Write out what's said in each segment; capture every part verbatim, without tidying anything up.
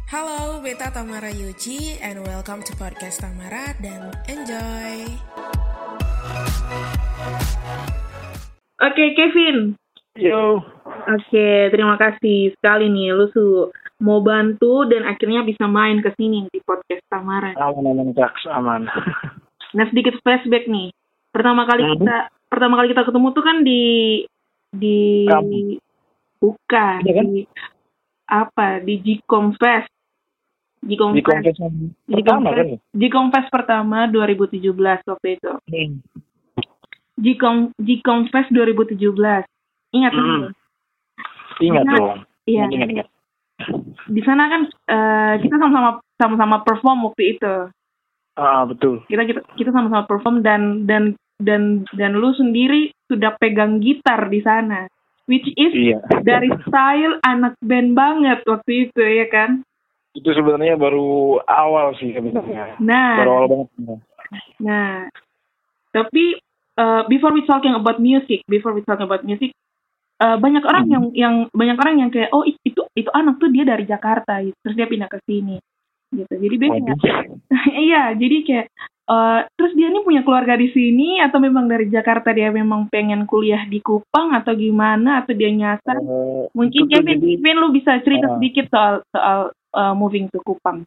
Halo, Beta Tamara Yuji and welcome to podcast Tamara dan enjoy. Oke, Kevin. Yo. Oke, terima kasih sekali nih lu su mau bantu dan akhirnya bisa main ke sini di podcast Tamara. Aman, aman, Jaks, aman. Nah, sedikit flashback nih. Pertama kali Hmm. kita pertama kali kita ketemu tuh kan di di Kamu. bukan Iya kan? di apa? Di Gcom Fest. Gcom Di Fest. konfes Gcom pertama kan? Fest. Gcom Fest pertama dua ribu tujuh belas waktu itu. Hmm. Gcom Gcom Fest dua ribu tujuh belas. Ingat kan? Hmm. Ingat Ingat. dong. Iya. Ingat, ingat. Di sana kan eh, kita sama-sama sama-sama perform waktu itu. Ah, betul. Kita kita kita sama-sama perform dan dan dan dan lu sendiri sudah pegang gitar di sana, which is Iya. dari style anak band banget waktu itu ya kan. Itu sebenarnya baru awal sih sebenarnya. Nah, Baru awal banget. nah, tapi uh, before we talking about music, before we talking about music, uh, banyak orang Hmm. yang yang banyak orang yang kayak oh itu itu anak tuh dia dari Jakarta, gitu. Terus dia pindah ke sini, gitu. Jadi beda. Waduh. Iya, jadi kayak uh, terus dia nih punya keluarga di sini atau memang dari Jakarta dia memang pengen kuliah di Kupang atau gimana atau dia nyasar? Eh, Mungkin itu tuh Kevin, jadi- Kevin lu bisa cerita Ah. sedikit soal soal uh, moving to Kupang.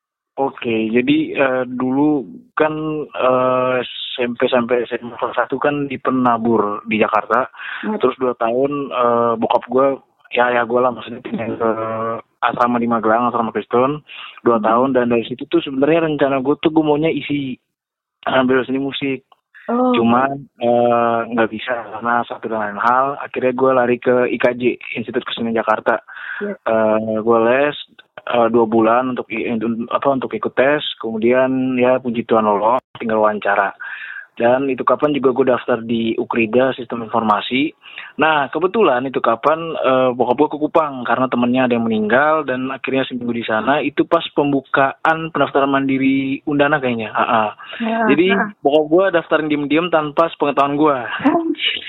Oke, jadi eh, dulu kan eh, S M P sampai S M A kelas satu kan di Penabur di Jakarta. Nah, Terus dua tahun eh, bokap gue, ya ya gue lah maksudnya pindah ke asrama di Magelang, asrama Kristen, dua Hmm. tahun. Dan dari situ tuh sebenarnya rencana gue tuh gue maunya isi ambil seni musik. Oh. Cuman eh, nggak bisa karena satu dan lain hal. Akhirnya gue lari ke I K J, Institut Kesenian Jakarta. Yes. Eh, gue les eh, dua bulan untuk i- untuk- apa untuk ikut tes. Kemudian ya puji Tuhan lolos, tinggal wawancara. Dan itu kapan juga gue daftar di Ukrida Sistem Informasi. Nah kebetulan itu kapan eh, bokap gue ke Kupang karena temennya ada yang meninggal dan akhirnya seminggu di sana. Itu pas pembukaan pendaftaran mandiri Undana kayaknya. Ah, ah. Ya, Jadi nah. bokap gue daftarin diem-diem tanpa sepengetahuan gue. Oh.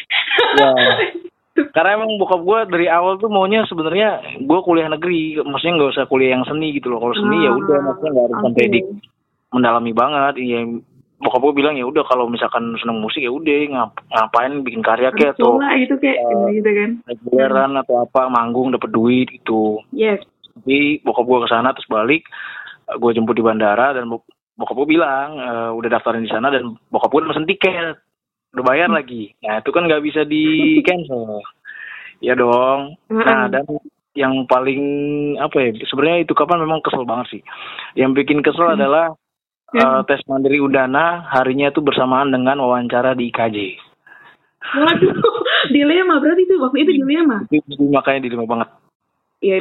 Ya. Karena emang bokap gue dari awal tuh maunya sebenarnya gue kuliah negeri, maksudnya nggak usah kuliah yang seni gitu loh. Kalau seni ya udah, maksudnya nggak harus sampai Oke. di mendalami banget. Iya, bokap gue bilang ya udah kalau misalkan seneng musik ya udah ngap- ngapain bikin karya kayak Harus atau coba itu kayak eh, gitu kan. reguleran atau apa manggung dapat duit gitu. Yes. Tapi bokap gue kesana terus balik, gue jemput di bandara dan bok- bokap gue bilang eh, udah daftarin di sana dan bokap gue mesen tiket, udah bayar lagi. Nah itu kan nggak bisa di cancel, ya dong. Nah dan yang paling apa ya sebenarnya itu kapan memang kesel banget sih. Yang bikin kesel adalah eh, tes mandiri Undana harinya itu bersamaan dengan wawancara di I K J. Waduh, dilema berarti itu waktu itu dilema. Itu makanya dilema banget. Ya,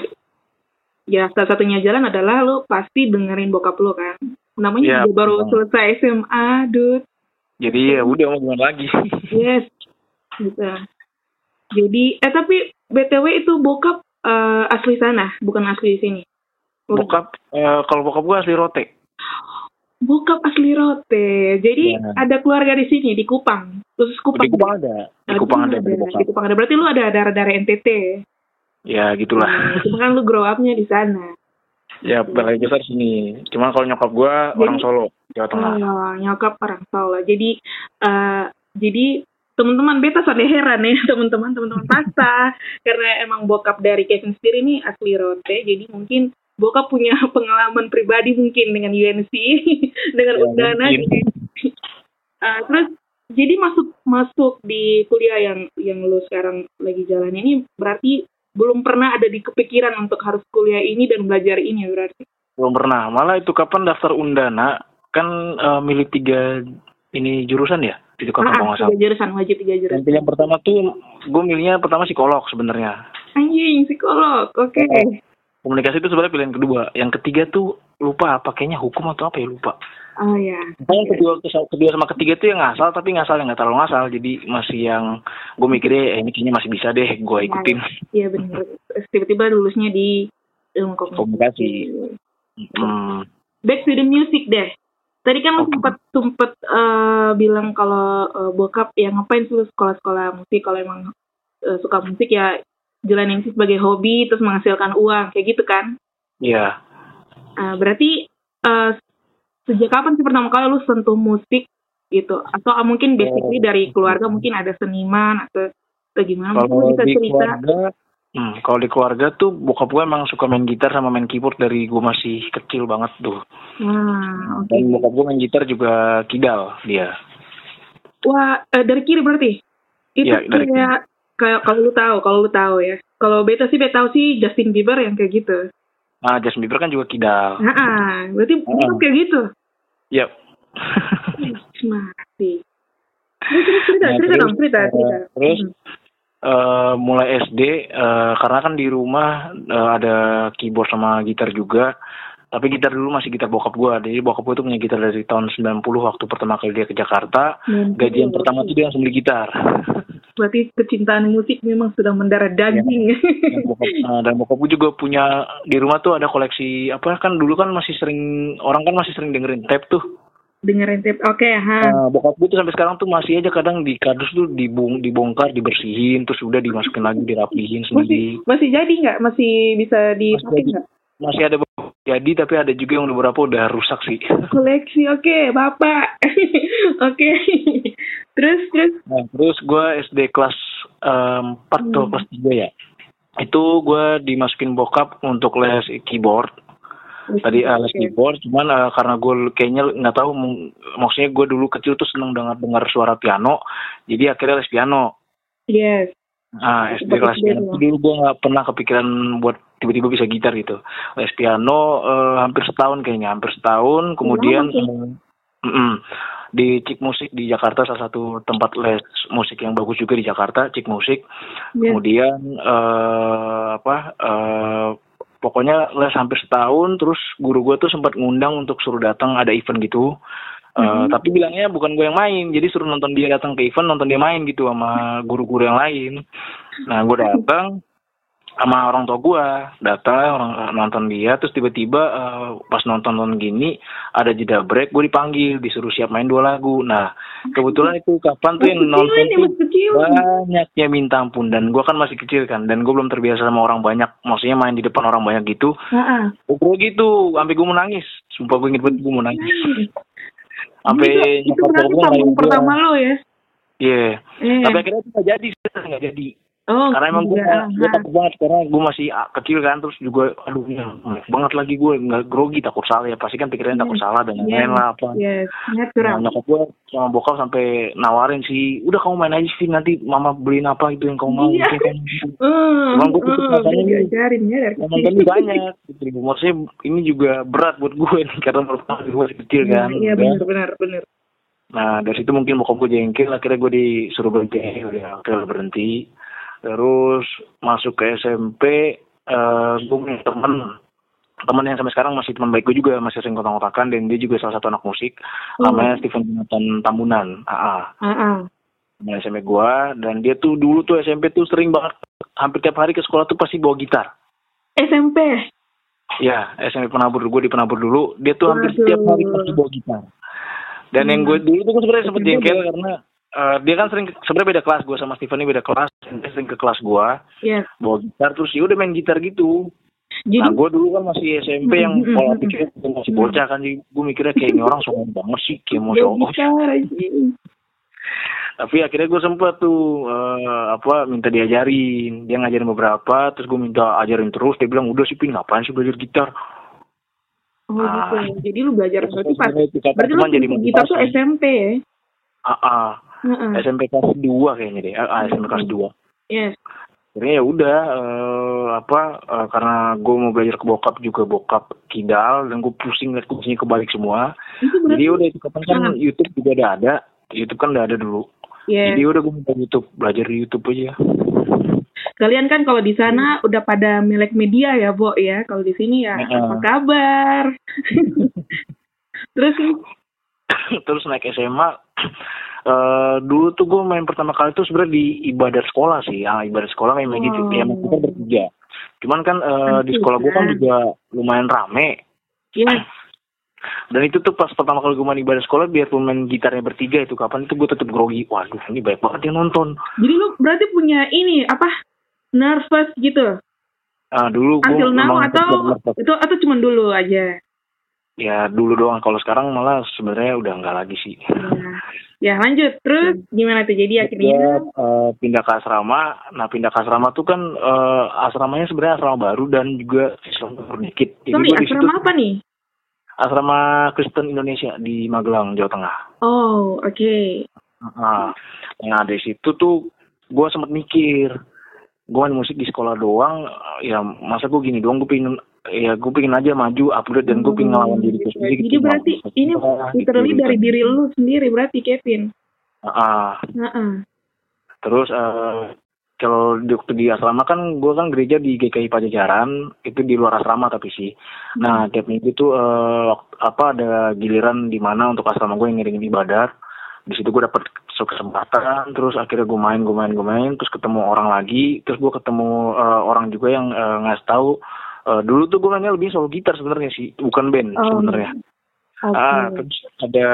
ya salah satunya jalan adalah lo pasti dengerin bokap lo kan. Namanya Ya, juga baru betul. selesai S M A, dude. Jadi ya udah mau gimana lagi. Yes, gitu. Jadi, eh tapi B T W itu bokap eh, asli sana, bukan asli di sini. Bokap eh, kalau bokap gue asli Rote. Bokap asli Rote. Jadi Ya. ada keluarga di sini di Kupang, khusus Kupang. Di Kupang ada. Di Kupang ada. Di Di Kupang. Kupang ada. Berarti lu ada darah-darah N T T. Ya gitulah. Nah, cuma kan lu grow up-nya di sana. Ya balai besar sini. Cuman kalau nyokap gue orang Solo, Jawa Tengah. Oh, nyokap orang Solo. Jadi eh jadi teman-teman beta sudah heran ya teman-teman teman-teman pasta karena emang bokap dari Kevin sendiri nih asli Rote. Jadi mungkin bokap punya pengalaman pribadi mungkin dengan U N C dengan Ya, Undana. mungkin. Jadi, eh, terus jadi masuk masuk di kuliah yang yang lu sekarang lagi jalan ini berarti belum pernah ada di kepikiran untuk harus kuliah ini dan belajar ini berarti. Belum pernah. Malah itu kapan daftar Undana kan eh, milih tiga ini jurusan ya. Itu kapan kalau Ah, nggak salah. tiga jurusan, wajib tiga Dan jurusan. pilihan pertama tuh gue milihnya pertama psikolog sebenarnya. Anjing, psikolog, oke. Komunikasi itu sebenarnya pilihan kedua. Yang ketiga tuh lupa apa kayaknya hukum atau apa ya lupa. Oh ya. Yang kedua, kedua sama ketiga tuh yang ngasal tapi ngasal yang nggak terlalu ngasal. Jadi masih yang gue mikirnya eh, ini kayaknya masih bisa deh gue ikutin. Iya benar. Tiba-tiba lulusnya di ilmu komunikasi. Komunikasi. Hmm. Back to the music deh. Tadi kan lu Oke. sempat sempat eh, bilang kalau eh, bokap ya ngapain sih lu sekolah-sekolah musik kalau emang eh, suka musik ya jalanin sih sebagai hobi terus menghasilkan uang kayak gitu kan? Iya. Uh, berarti uh, sejak kapan sih pertama kali lu sentuh musik gitu? Atau uh, mungkin basically oh, dari keluarga mungkin ada seniman atau, atau gimana? Kalau bisa di cerita? keluarga, hmm, kalau di keluarga tuh bokap gue emang suka main gitar sama main keyboard dari gue masih kecil banget tuh. Wah, okay. Dan bokap gue main gitar juga kidal dia. Wah, uh, dari kiri berarti? Itu ya, kayak kayak kalau lu tahu, kalau lu tahu ya. Kalau beta sih beta tahu sih Justin Bieber yang kayak gitu. Ah, Justin Bieber kan juga kidal. Nah, berarti bukan kayak gitu. Yap. Mati. Terus cerita, nah, cerita dong, cerita, cerita. Terus hmm. uh, mulai S D, uh, karena kan di rumah uh, ada keyboard sama gitar juga. Tapi gitar dulu masih gitar bokap gue. Jadi bokap gue tuh punya gitar dari tahun sembilan puluh waktu pertama kali dia ke Jakarta. Hmm. Gajian hmm. pertama tuh dia langsung beli gitar. Berarti kecintaan musik memang sudah mendarah daging. Ya. Dan bokap, uh, dan bokap gue juga punya, di rumah tuh ada koleksi, apa kan dulu kan masih sering, orang kan masih sering dengerin tape tuh. Dengerin tape, oke. Okay, uh, bokap gue tuh sampai sekarang tuh masih aja kadang di kardus tuh dibong, dibongkar, dibersihin, terus udah dimasukin lagi, dirapihin sendiri. Masih, masih jadi nggak? Masih bisa dipakai nggak? Masih ada jadi, tapi ada juga yang beberapa udah rusak sih. Koleksi, oke, okay, bapak. Oke. Okay. Terus, terus? Nah, terus gue S D kelas um, empat atau hmm. kelas tiga ya. Itu gue dimasukin bokap untuk les keyboard. Tadi uh, les keyboard, cuman uh, karena gue kayaknya nggak tahu, m- maksudnya gue dulu kecil tuh seneng dengar dengar suara piano, jadi akhirnya les piano. Yes. Ah, S D kelas piano. Dulu gue nggak pernah kepikiran buat tiba-tiba bisa gitar gitu. Les piano uh, hampir setahun kayaknya, hampir setahun. Kemudian uh, di Cik Musik di Jakarta, salah satu tempat les musik yang bagus juga di Jakarta, Cik Musik. Yeah. Kemudian uh, apa? Uh, pokoknya les hampir setahun. Terus guru gue tuh sempat ngundang untuk suruh datang ada event gitu. Uh, mm-hmm. Tapi bilangnya bukan gue yang main, jadi suruh nonton dia datang ke event, nonton dia main gitu sama guru-guru yang lain. Nah, gue datang sama orang tua gue, datang orang nonton dia, terus tiba-tiba uh, pas nonton-nonton gini ada jeda break, gue dipanggil, disuruh siap main dua lagu. Nah, kebetulan itu kapan tuh yang nonton tuh banyak ya minta ampun, dan gue kan masih kecil kan, dan gue belum terbiasa sama orang banyak, maksudnya main di depan orang banyak gitu. Uh-uh. Gue gitu, sampai gue mau nangis, sumpah gue inget banget gue mau nangis. Sampai itu, itu berarti panggung pertama lo ya? Iya. Yeah. Yeah. Tapi akhirnya itu nggak jadi, nggak jadi. Oh, karena emang gue gue takut banget karena gue masih kecil kan, terus juga aduh ya banget lagi gue nggak grogi, takut salah ya, pasti kan pikirannya yes. takut salah dan lain-lain yes. lah apa. Yes. Nah, nyokap gue sama bokap sampai nawarin sih, udah kamu main aja sih, nanti mama beliin apa itu yang kamu mau. Iya. Gitu, kan. uh, Emang gue tuh uh, katanya nih, nonton banyak. Gitu. Maksudnya ini juga berat buat gue nih karena pertama gue masih kecil kan. Iya benar benar benar. Nah dari situ mungkin bokap gue jengkel, akhirnya gue disuruh berhenti, udah akhirnya berhenti. Terus masuk ke S M P, uh, gue punya temen, temen yang sampai sekarang masih teman baik gue juga, masih sering kontak-kontakan, dan dia juga salah satu anak musik, hmm. namanya Steven Jonathan Tambunan, A A. Uh-uh. Nah, S M P gue, dan dia tuh dulu tuh S M P tuh sering banget, hampir tiap hari ke sekolah tuh pasti bawa gitar. S M P? Ya, S M P Penabur, gue di Penabur dulu, dia tuh hampir Waduh. setiap hari pasti bawa gitar. Dan hmm. yang gue dulu tuh gue sebenarnya sempet jengkel karena Uh, dia kan sering, sebenarnya beda kelas, gue sama Steven ini beda kelas, dia sering ke kelas gue, yes. bawa gitar, terus ya udah main gitar gitu. Jadi, nah gue dulu kan masih S M P yang mm-hmm. pola pikirnya masih bocah kan, jadi gue mikirnya kayak ini orang sombong banget sih, kayak mau show off. Tapi akhirnya gue sempet tuh uh, apa minta diajarin, dia ngajarin beberapa, terus gue minta ajarin terus, dia bilang udah sih Pin, ngapain sih belajar gitar? Oh nah, gitu, jadi lu belajar berarti pas, berarti lu jadi gitar tuh S M P ya? Ah, uh-uh. Uh-uh. S M P kelas dua kayaknya deh, ah, S M P kelas dua. Yes. Akhirnya ya udah uh, apa uh, karena gue mau belajar ke bokap juga, bokap kidal, dan gue pusing liat kursinya kebalik semua. Jadi udah itu kapan kan uh. YouTube juga udah ada, YouTube kan udah ada dulu. Yes. Jadi udah gue minta YouTube, belajar di YouTube aja. Kalian kan kalau di sana hmm. udah pada melek media ya, Bo ya. Kalau di sini ya uh. apa kabar? Terus terus naik S M A. Uh, dulu tuh gue main pertama kali tuh sebenarnya di ibadat sekolah sih, ah ibadat sekolah main magic, oh. ya kita bertiga. Cuman kan uh, di sekolah gue kan juga lumayan rame. Iya. Yeah. Dan itu tuh pas pertama kali gue main ibadat sekolah, biarpun main gitarnya bertiga itu kapan itu gue tetap grogi. Waduh, ini banyak banget yang nonton. Jadi lu berarti punya ini apa? Nervous gitu? Ah, dulu gue Until now memang atau itu atau cuma dulu aja? ya dulu doang. Kalau sekarang malah sebenarnya udah nggak lagi sih. Ya, ya lanjut. Terus gimana tuh? Jadi akhirnya Gue uh, pindah ke asrama. Nah pindah ke asrama tuh kan uh, asramanya sebenarnya asrama baru dan juga siswa sedikit. Jadi sorry, gua di situ asrama apa nih? asrama Kristen Indonesia di Magelang, Jawa Tengah. Oh, oke. Okay. Nah, nah dari situ tuh gue sempet mikir, gue main musik di sekolah doang, ya masa gue gini doang, gue pengen ya gue pengen aja maju upgrade dan gue pengen ngelawan diri gue sendiri. Jadi gitu, berarti mau, ini literally gitu, dari gitu. diri lu sendiri berarti Kevin. Uh, Uh-uh. Terus uh, kalau di, waktu di asrama kan gue kan gereja di G K I Pajajaran, itu di luar asrama tapi sih. Nah tiap minggu tuh uh, apa ada giliran di mana untuk asrama gue yang ngiringin ibadah. Di situ gue dapet kesempatan, terus akhirnya gue main, gue main, gue main, terus ketemu orang lagi, terus gue ketemu uh, orang juga yang uh, ngasih tahu. Uh, dulu tuh gue mainnya lebih solo gitar sebenarnya sih, bukan band Oh, sebenarnya. okay. Ah, terus ada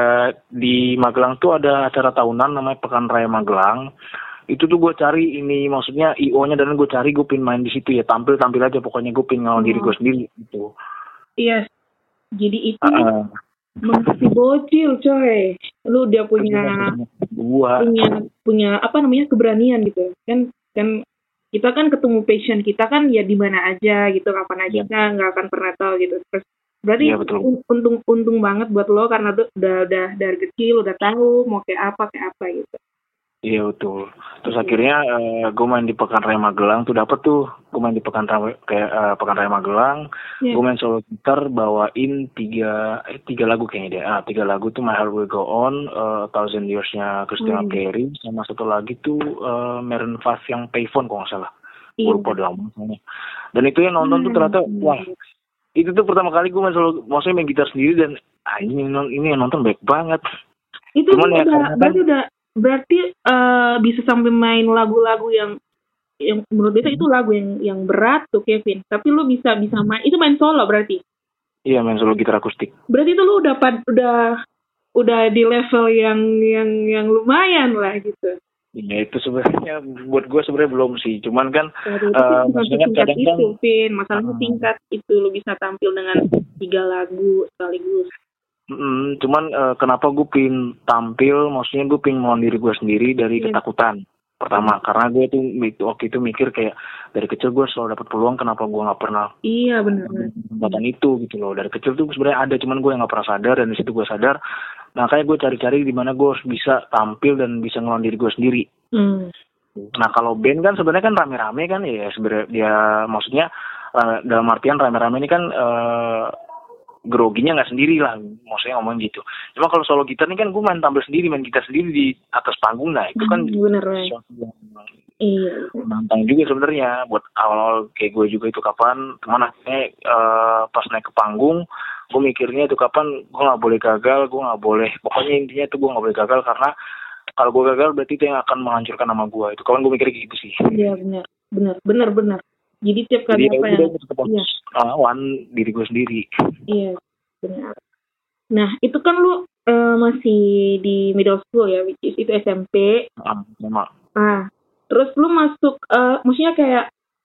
di Magelang tuh ada acara tahunan namanya Pekan Raya Magelang. Itu tuh gue cari ini maksudnya I O-nya dan gue cari gue pin main di situ ya, tampil tampil aja pokoknya gue pin ngelawan oh. diri gue sendiri gitu. Iya. Jadi itu uh, masih bocil coy. Lu udah punya gua. punya punya apa namanya keberanian gitu. Kan kan kita kan ketemu passion kita kan ya di mana aja gitu, kapan aja kita nggak akan pernah tahu gitu. Terus berarti ya, betul. untung untung banget buat lo karena tuh udah udah dari kecil udah tahu mau kayak apa kayak apa gitu. Iya betul. Terus akhirnya uh, gue main di Pekan Raya Magelang tuh dapet tuh. Gue main di Pekan Raya kayak uh, Pekan Raya Magelang. Yeah. Gue main solo gitar bawain tiga eh, tiga lagu kayaknya deh. Ah tiga lagu tuh My Heart Will Go On, uh, Thousand Years-nya Christina mm. Perri, sama satu lagi tuh uh, Maroon five yang Payphone kalau nggak salah. Gue yeah. lupa udah lama soalnya. Dan itu yang nonton mm. tuh ternyata mm. wah itu tuh pertama kali gue main solo, maksudnya main gitar sendiri dan ah, ini ini yang nonton baik banget. Itu Cuman ya, udah, berarti udah berarti uh, bisa sampai main lagu-lagu yang yang menurut beta itu lagu yang yang berat tuh Kevin. Tapi lu bisa bisa main itu main solo berarti. Iya main solo gitar akustik. Berarti itu lu udah udah udah di level yang yang yang lumayan lah gitu. Ya itu sebenarnya buat gue sebenarnya belum sih. Cuman kan uh, maksudnya kadang itu Vin, masalahnya uh, tingkat itu lu bisa tampil dengan tiga lagu sekaligus. Mm, cuman uh, kenapa gue pin tampil, maksudnya gue pin melawan diri gue sendiri dari yeah. ketakutan. Pertama, yeah. karena gue tuh waktu itu mikir kayak dari kecil gue selalu dapat peluang, kenapa gue nggak pernah? Iya benar. Kesempatan itu gitu loh. Dari kecil tuh sebenarnya ada, cuman gue yang nggak pernah sadar dan di situ gue sadar. Nah kayak gue cari-cari di mana gue harus bisa tampil dan bisa ngelawan diri gue sendiri. Mm. Nah kalau band kan sebenarnya kan rame-rame kan ya sebenarnya dia maksudnya uh, dalam artian rame-rame ini kan. Uh, groginya nggak sendiri lah, maksudnya ngomong gitu. Cuma kalau solo gitar ini kan gue main tampil sendiri, main gitar sendiri di atas panggung, nah itu kan bener, sesuatu yang iya. menantang juga sebenarnya buat awal-awal kayak gue juga itu kapan teman akhirnya uh, pas naik ke panggung, gue mikirnya itu kapan gue nggak boleh gagal, gue nggak boleh, pokoknya intinya itu gue nggak boleh gagal karena kalau gue gagal berarti itu yang akan menghancurkan nama gue. Itu kawan gue mikir gitu sih. Iya benar, benar, benar, benar. Jadi tiap kali Jadi, apa yang iya. lawan diri gue sendiri. Iya, benar. Nah, itu kan lu uh, masih di middle school ya, which is itu S M P. Ah, sama. Ah, terus lu masuk, uh, maksudnya kayak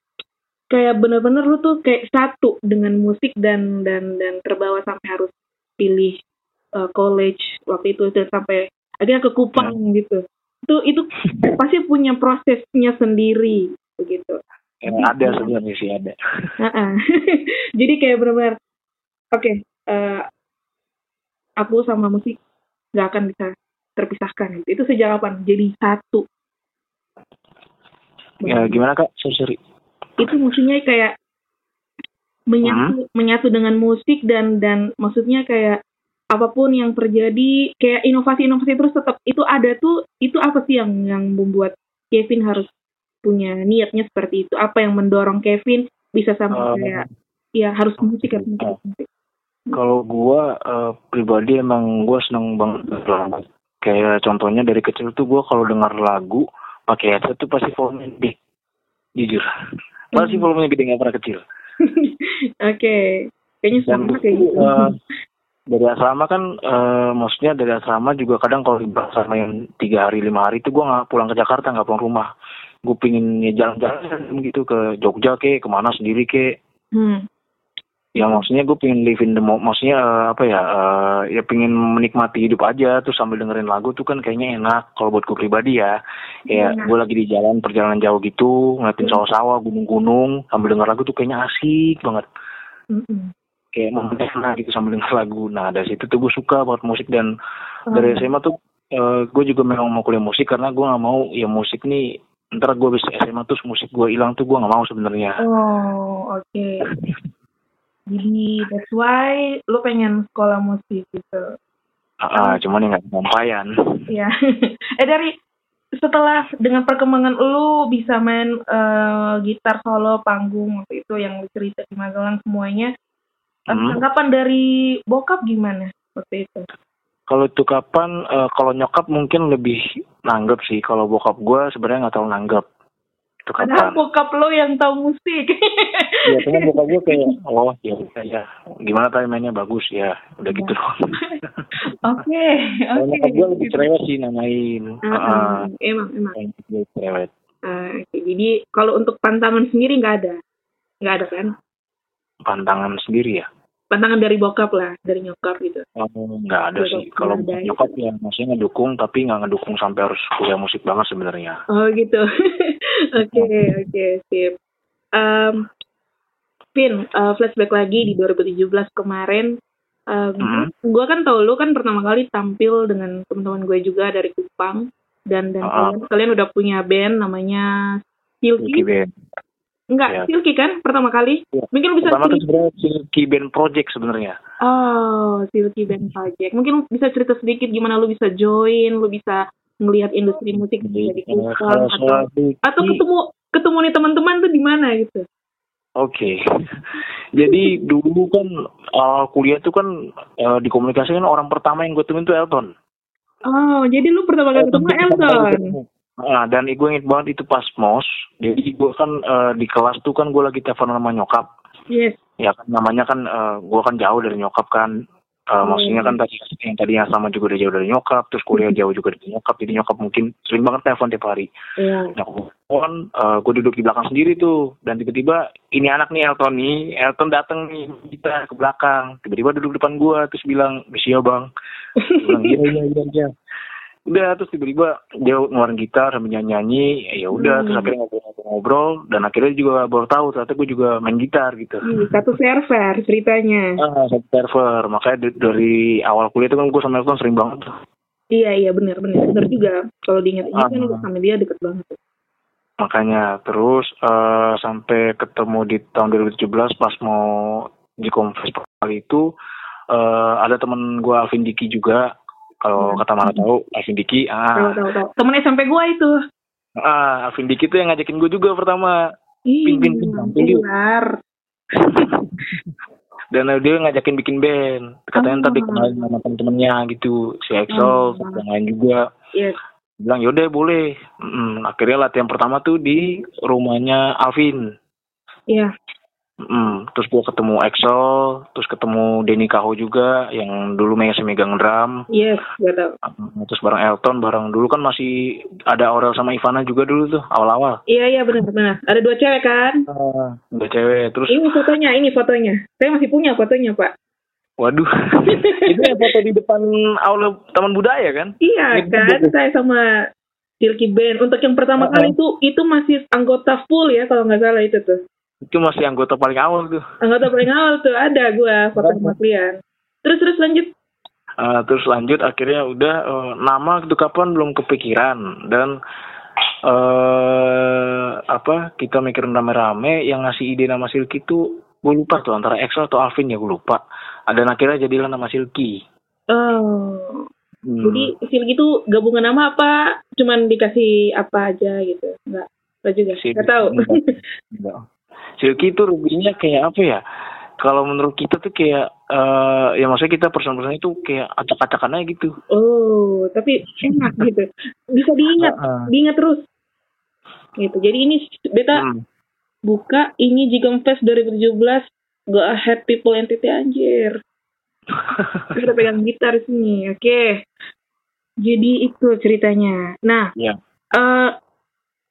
kayak benar-benar lu tuh kayak satu dengan musik dan dan dan terbawa sampai harus pilih uh, college waktu itu dan sampai akhirnya ke Kupang hmm. gitu. Itu itu pasti punya prosesnya sendiri begitu. Yang ada sebenarnya sih ada. Jadi kayak benar-benar oke, okay, uh, aku sama musik nggak akan bisa terpisahkan. Itu sejak kapan? Jadi satu. Ya gimana kak? Sorry, sorry. Itu maksudnya kayak menyatu, hmm? menyatu dengan musik dan dan maksudnya kayak apapun yang terjadi, kayak inovasi-inovasi terus tetap itu ada tuh. Itu apa sih yang yang membuat Kevin harus punya niatnya seperti itu? Apa yang mendorong Kevin bisa sampai uh, kayak ya harus musik harus musik, uh, musik. Kalau gue uh, pribadi emang gue seneng banget lagu. Kayak contohnya dari kecil tuh gue kalau dengar lagu pakai headset tuh pasti volumenya gede. Jujur. Pasti hmm. volumenya gede, nggak pernah kecil. Oke. Okay. Kayaknya sama kayak gitu. Uh, dari asrama kan, uh, maksudnya dari asrama juga kadang kalau di asrama yang tiga hari lima hari itu gue nggak pulang ke Jakarta, nggak pulang rumah. gue pingin ya jalan-jalan gitu ke Jogja ke, kemana sendiri ke. Hmm. Ya maksudnya gue pengen live in the mo- maksudnya uh, apa ya, uh, ya pengen menikmati hidup aja tuh sambil dengerin lagu tuh kan kayaknya enak kalau buat gue pribadi ya. Ya Iya. gue lagi di jalan perjalanan jauh gitu ngeliatin sawah-sawah, gunung-gunung sambil denger lagu tuh kayaknya asik banget. Mm-mm. Kayak memperkenalkan gitu sambil denger lagu. Nah dari situ tuh gue suka banget musik dan dari S M A tuh uh, gue juga memang mau kuliah musik karena gue nggak mau ya musik nih ntar gue bisa S M A terus musik gue hilang tuh gue nggak mau sebenarnya. Oh, oke. Jadi that's why lu pengen sekolah musik gitu. Ah, cuman ya nggak kesampaian. Ya. eh dari setelah dengan perkembangan lu bisa main eh, gitar solo, panggung waktu itu yang lu cerita di Magelang semuanya. Hmm. Tanggapan dari bokap gimana waktu itu? Kalau itu kapan, uh, kalau nyokap mungkin lebih nanggep sih. Kalau bokap gue sebenarnya nggak terlalu nanggep. Itu Padahal kapan? bokap lo yang tahu musik. Ya, cuma bokap gue kayak, oh ya udah ya, gimana tadi mainnya bagus ya, udah gitu doang. Oke, Kalau oke. nyokap gue lebih cerewet sih nanyain. Ah, Uh, emang, emang. lebih cerewet. Ah, oke. Jadi kalau untuk pantangan sendiri nggak ada, nggak ada kan? Pantangan sendiri ya? Pantangan dari bokap lah, dari nyokap gitu. Oh, nggak ada Nggak sih. ada, Kalau nggak ada. nyokap ya maksudnya ngedukung, tapi nggak ngedukung sampai harus kuliah musik banget sebenarnya. Oh gitu. Oke, oke, sip. Um, Vin, uh, flashback lagi di dua ribu tujuh belas kemarin. Um, Mhm. Gue kan tau lu kan pertama kali tampil dengan teman-teman gue juga dari Kupang dan dan Uh-uh. kalian, kalian udah punya band namanya Silky. Silky Band. Enggak, Ya. Silky kan pertama kali? Ya. Mungkin lu bisa Pertama tuh cerita. sebenarnya Silky Band Project sebenarnya. Oh, Silky Band Project. Mungkin lu bisa cerita sedikit gimana lu bisa join, lu bisa ngelihat industri musik Jadi, di uh, Kupang kalau atau soal Silky- atau ketemu ketemu nih teman-teman tuh di mana gitu. Oke, jadi dulu kan uh, kuliah tuh kan uh, di komunikasi kan orang pertama yang gue temuin tuh Elton. Oh, jadi lu pertama kali ketemu tuh pertama kali Elton. ketemu. Nah, dan gue inget banget itu pas mos. Jadi gue kan uh, di kelas tuh kan gue lagi telepon sama nyokap. Yes. Ya kan namanya kan uh, gue kan jauh dari nyokap kan. Uh, Hmm. Maksudnya kan tadi yang tadinya sama juga udah jauh dari nyokap, terus kuliah jauh juga dari nyokap. Jadi nyokap mungkin sering banget telepon tiap hari. Iya. Nyokap telepon, uh, gue duduk di belakang sendiri tuh. Dan tiba-tiba ini anak nih Elton nih, Elton dateng nih kita ke belakang. Tiba-tiba duduk depan gue terus bilang, "Misi ya bang." Gue bilang, "Iya iya iya iya." Udah terus tiba-tiba dia ngeluarin gitar sambil nyanyi-nyanyi, ya udah Hmm. terus akhirnya ngobrol-ngobrol dan akhirnya juga baru tahu ternyata gue juga main gitar gitu. Hmm, satu server ceritanya. Ah, satu server, makanya d- dari awal kuliah itu kan gue sama Elton sering banget tuh. Iya iya benar benar benar juga. Kalau diingat-ingat kan Ah. lu sama dia deket banget. Makanya terus eh, sampai ketemu di tahun dua ribu tujuh belas pas mau di konfes kali itu eh, ada temen gue Alvin Diki juga. Kalau Hmm. kata mana tahu Alvin Diki, Tahu ah, tahu tahu. Temen S M P gua itu. ah Alvin Diki tuh yang ngajakin gue juga pertama. Pin, pin, pin, tampil yuk. Benar. Dan dia ngajakin bikin band. Katanya Oh. ntar dikenalin sama temen-temennya gitu. Si Axel, Oh. yang lain juga. Yes. Bilang yaudah boleh. Mm, akhirnya latihan pertama tuh di rumahnya Alvin. Iya. Mm, terus gua ketemu Axel, terus ketemu Denny Kaho juga yang dulu masih megang drum. Yes, gak tahu. Mm, terus bareng Elton, bareng dulu kan masih ada Aurel sama Ivana juga dulu tuh awal-awal. Iya iya benar benar. Ada dua cewek kan? Ah, udah cewek. Terus Ini fotonya, ini fotonya. Saya masih punya fotonya, Pak. waduh. Itu yang foto di depan aula Taman Budaya kan? Iya Ini kan, betul. saya sama Silky Band. Untuk yang pertama Uh-uh. kali itu itu masih anggota full ya kalau nggak salah itu tuh. Itu masih anggota paling awal tuh. Anggota paling awal tuh ada gua foto sama kalian. Terus terus lanjut. Uh, terus lanjut akhirnya udah uh, nama itu kapan belum kepikiran dan uh, apa kita mikirin rame-rame yang ngasih ide nama Silky itu gue lupa tuh antara Axel atau Alvin ya gue lupa. Dan akhirnya jadilah nama Silky. Oh. Hmm. Jadi Silky itu gabungan nama apa? Cuman dikasih apa aja gitu? Enggak. Enggak juga. Silky. Enggak tahu. Enggak. Silky itu ruginya kayak apa ya? Kalau menurut kita tuh kayak uh, ya maksudnya kita person-person itu kayak acak-acakan aja gitu. Oh, tapi enak gitu. Bisa diingat, Uh-uh. diingat terus. Gitu. Jadi ini beta Hmm. buka ini Jigong Fest dua ribu tujuh belas Go Ahead People Entity anjir. Kita pegang gitar sini. Oke. Jadi itu ceritanya. Nah, Ya. eh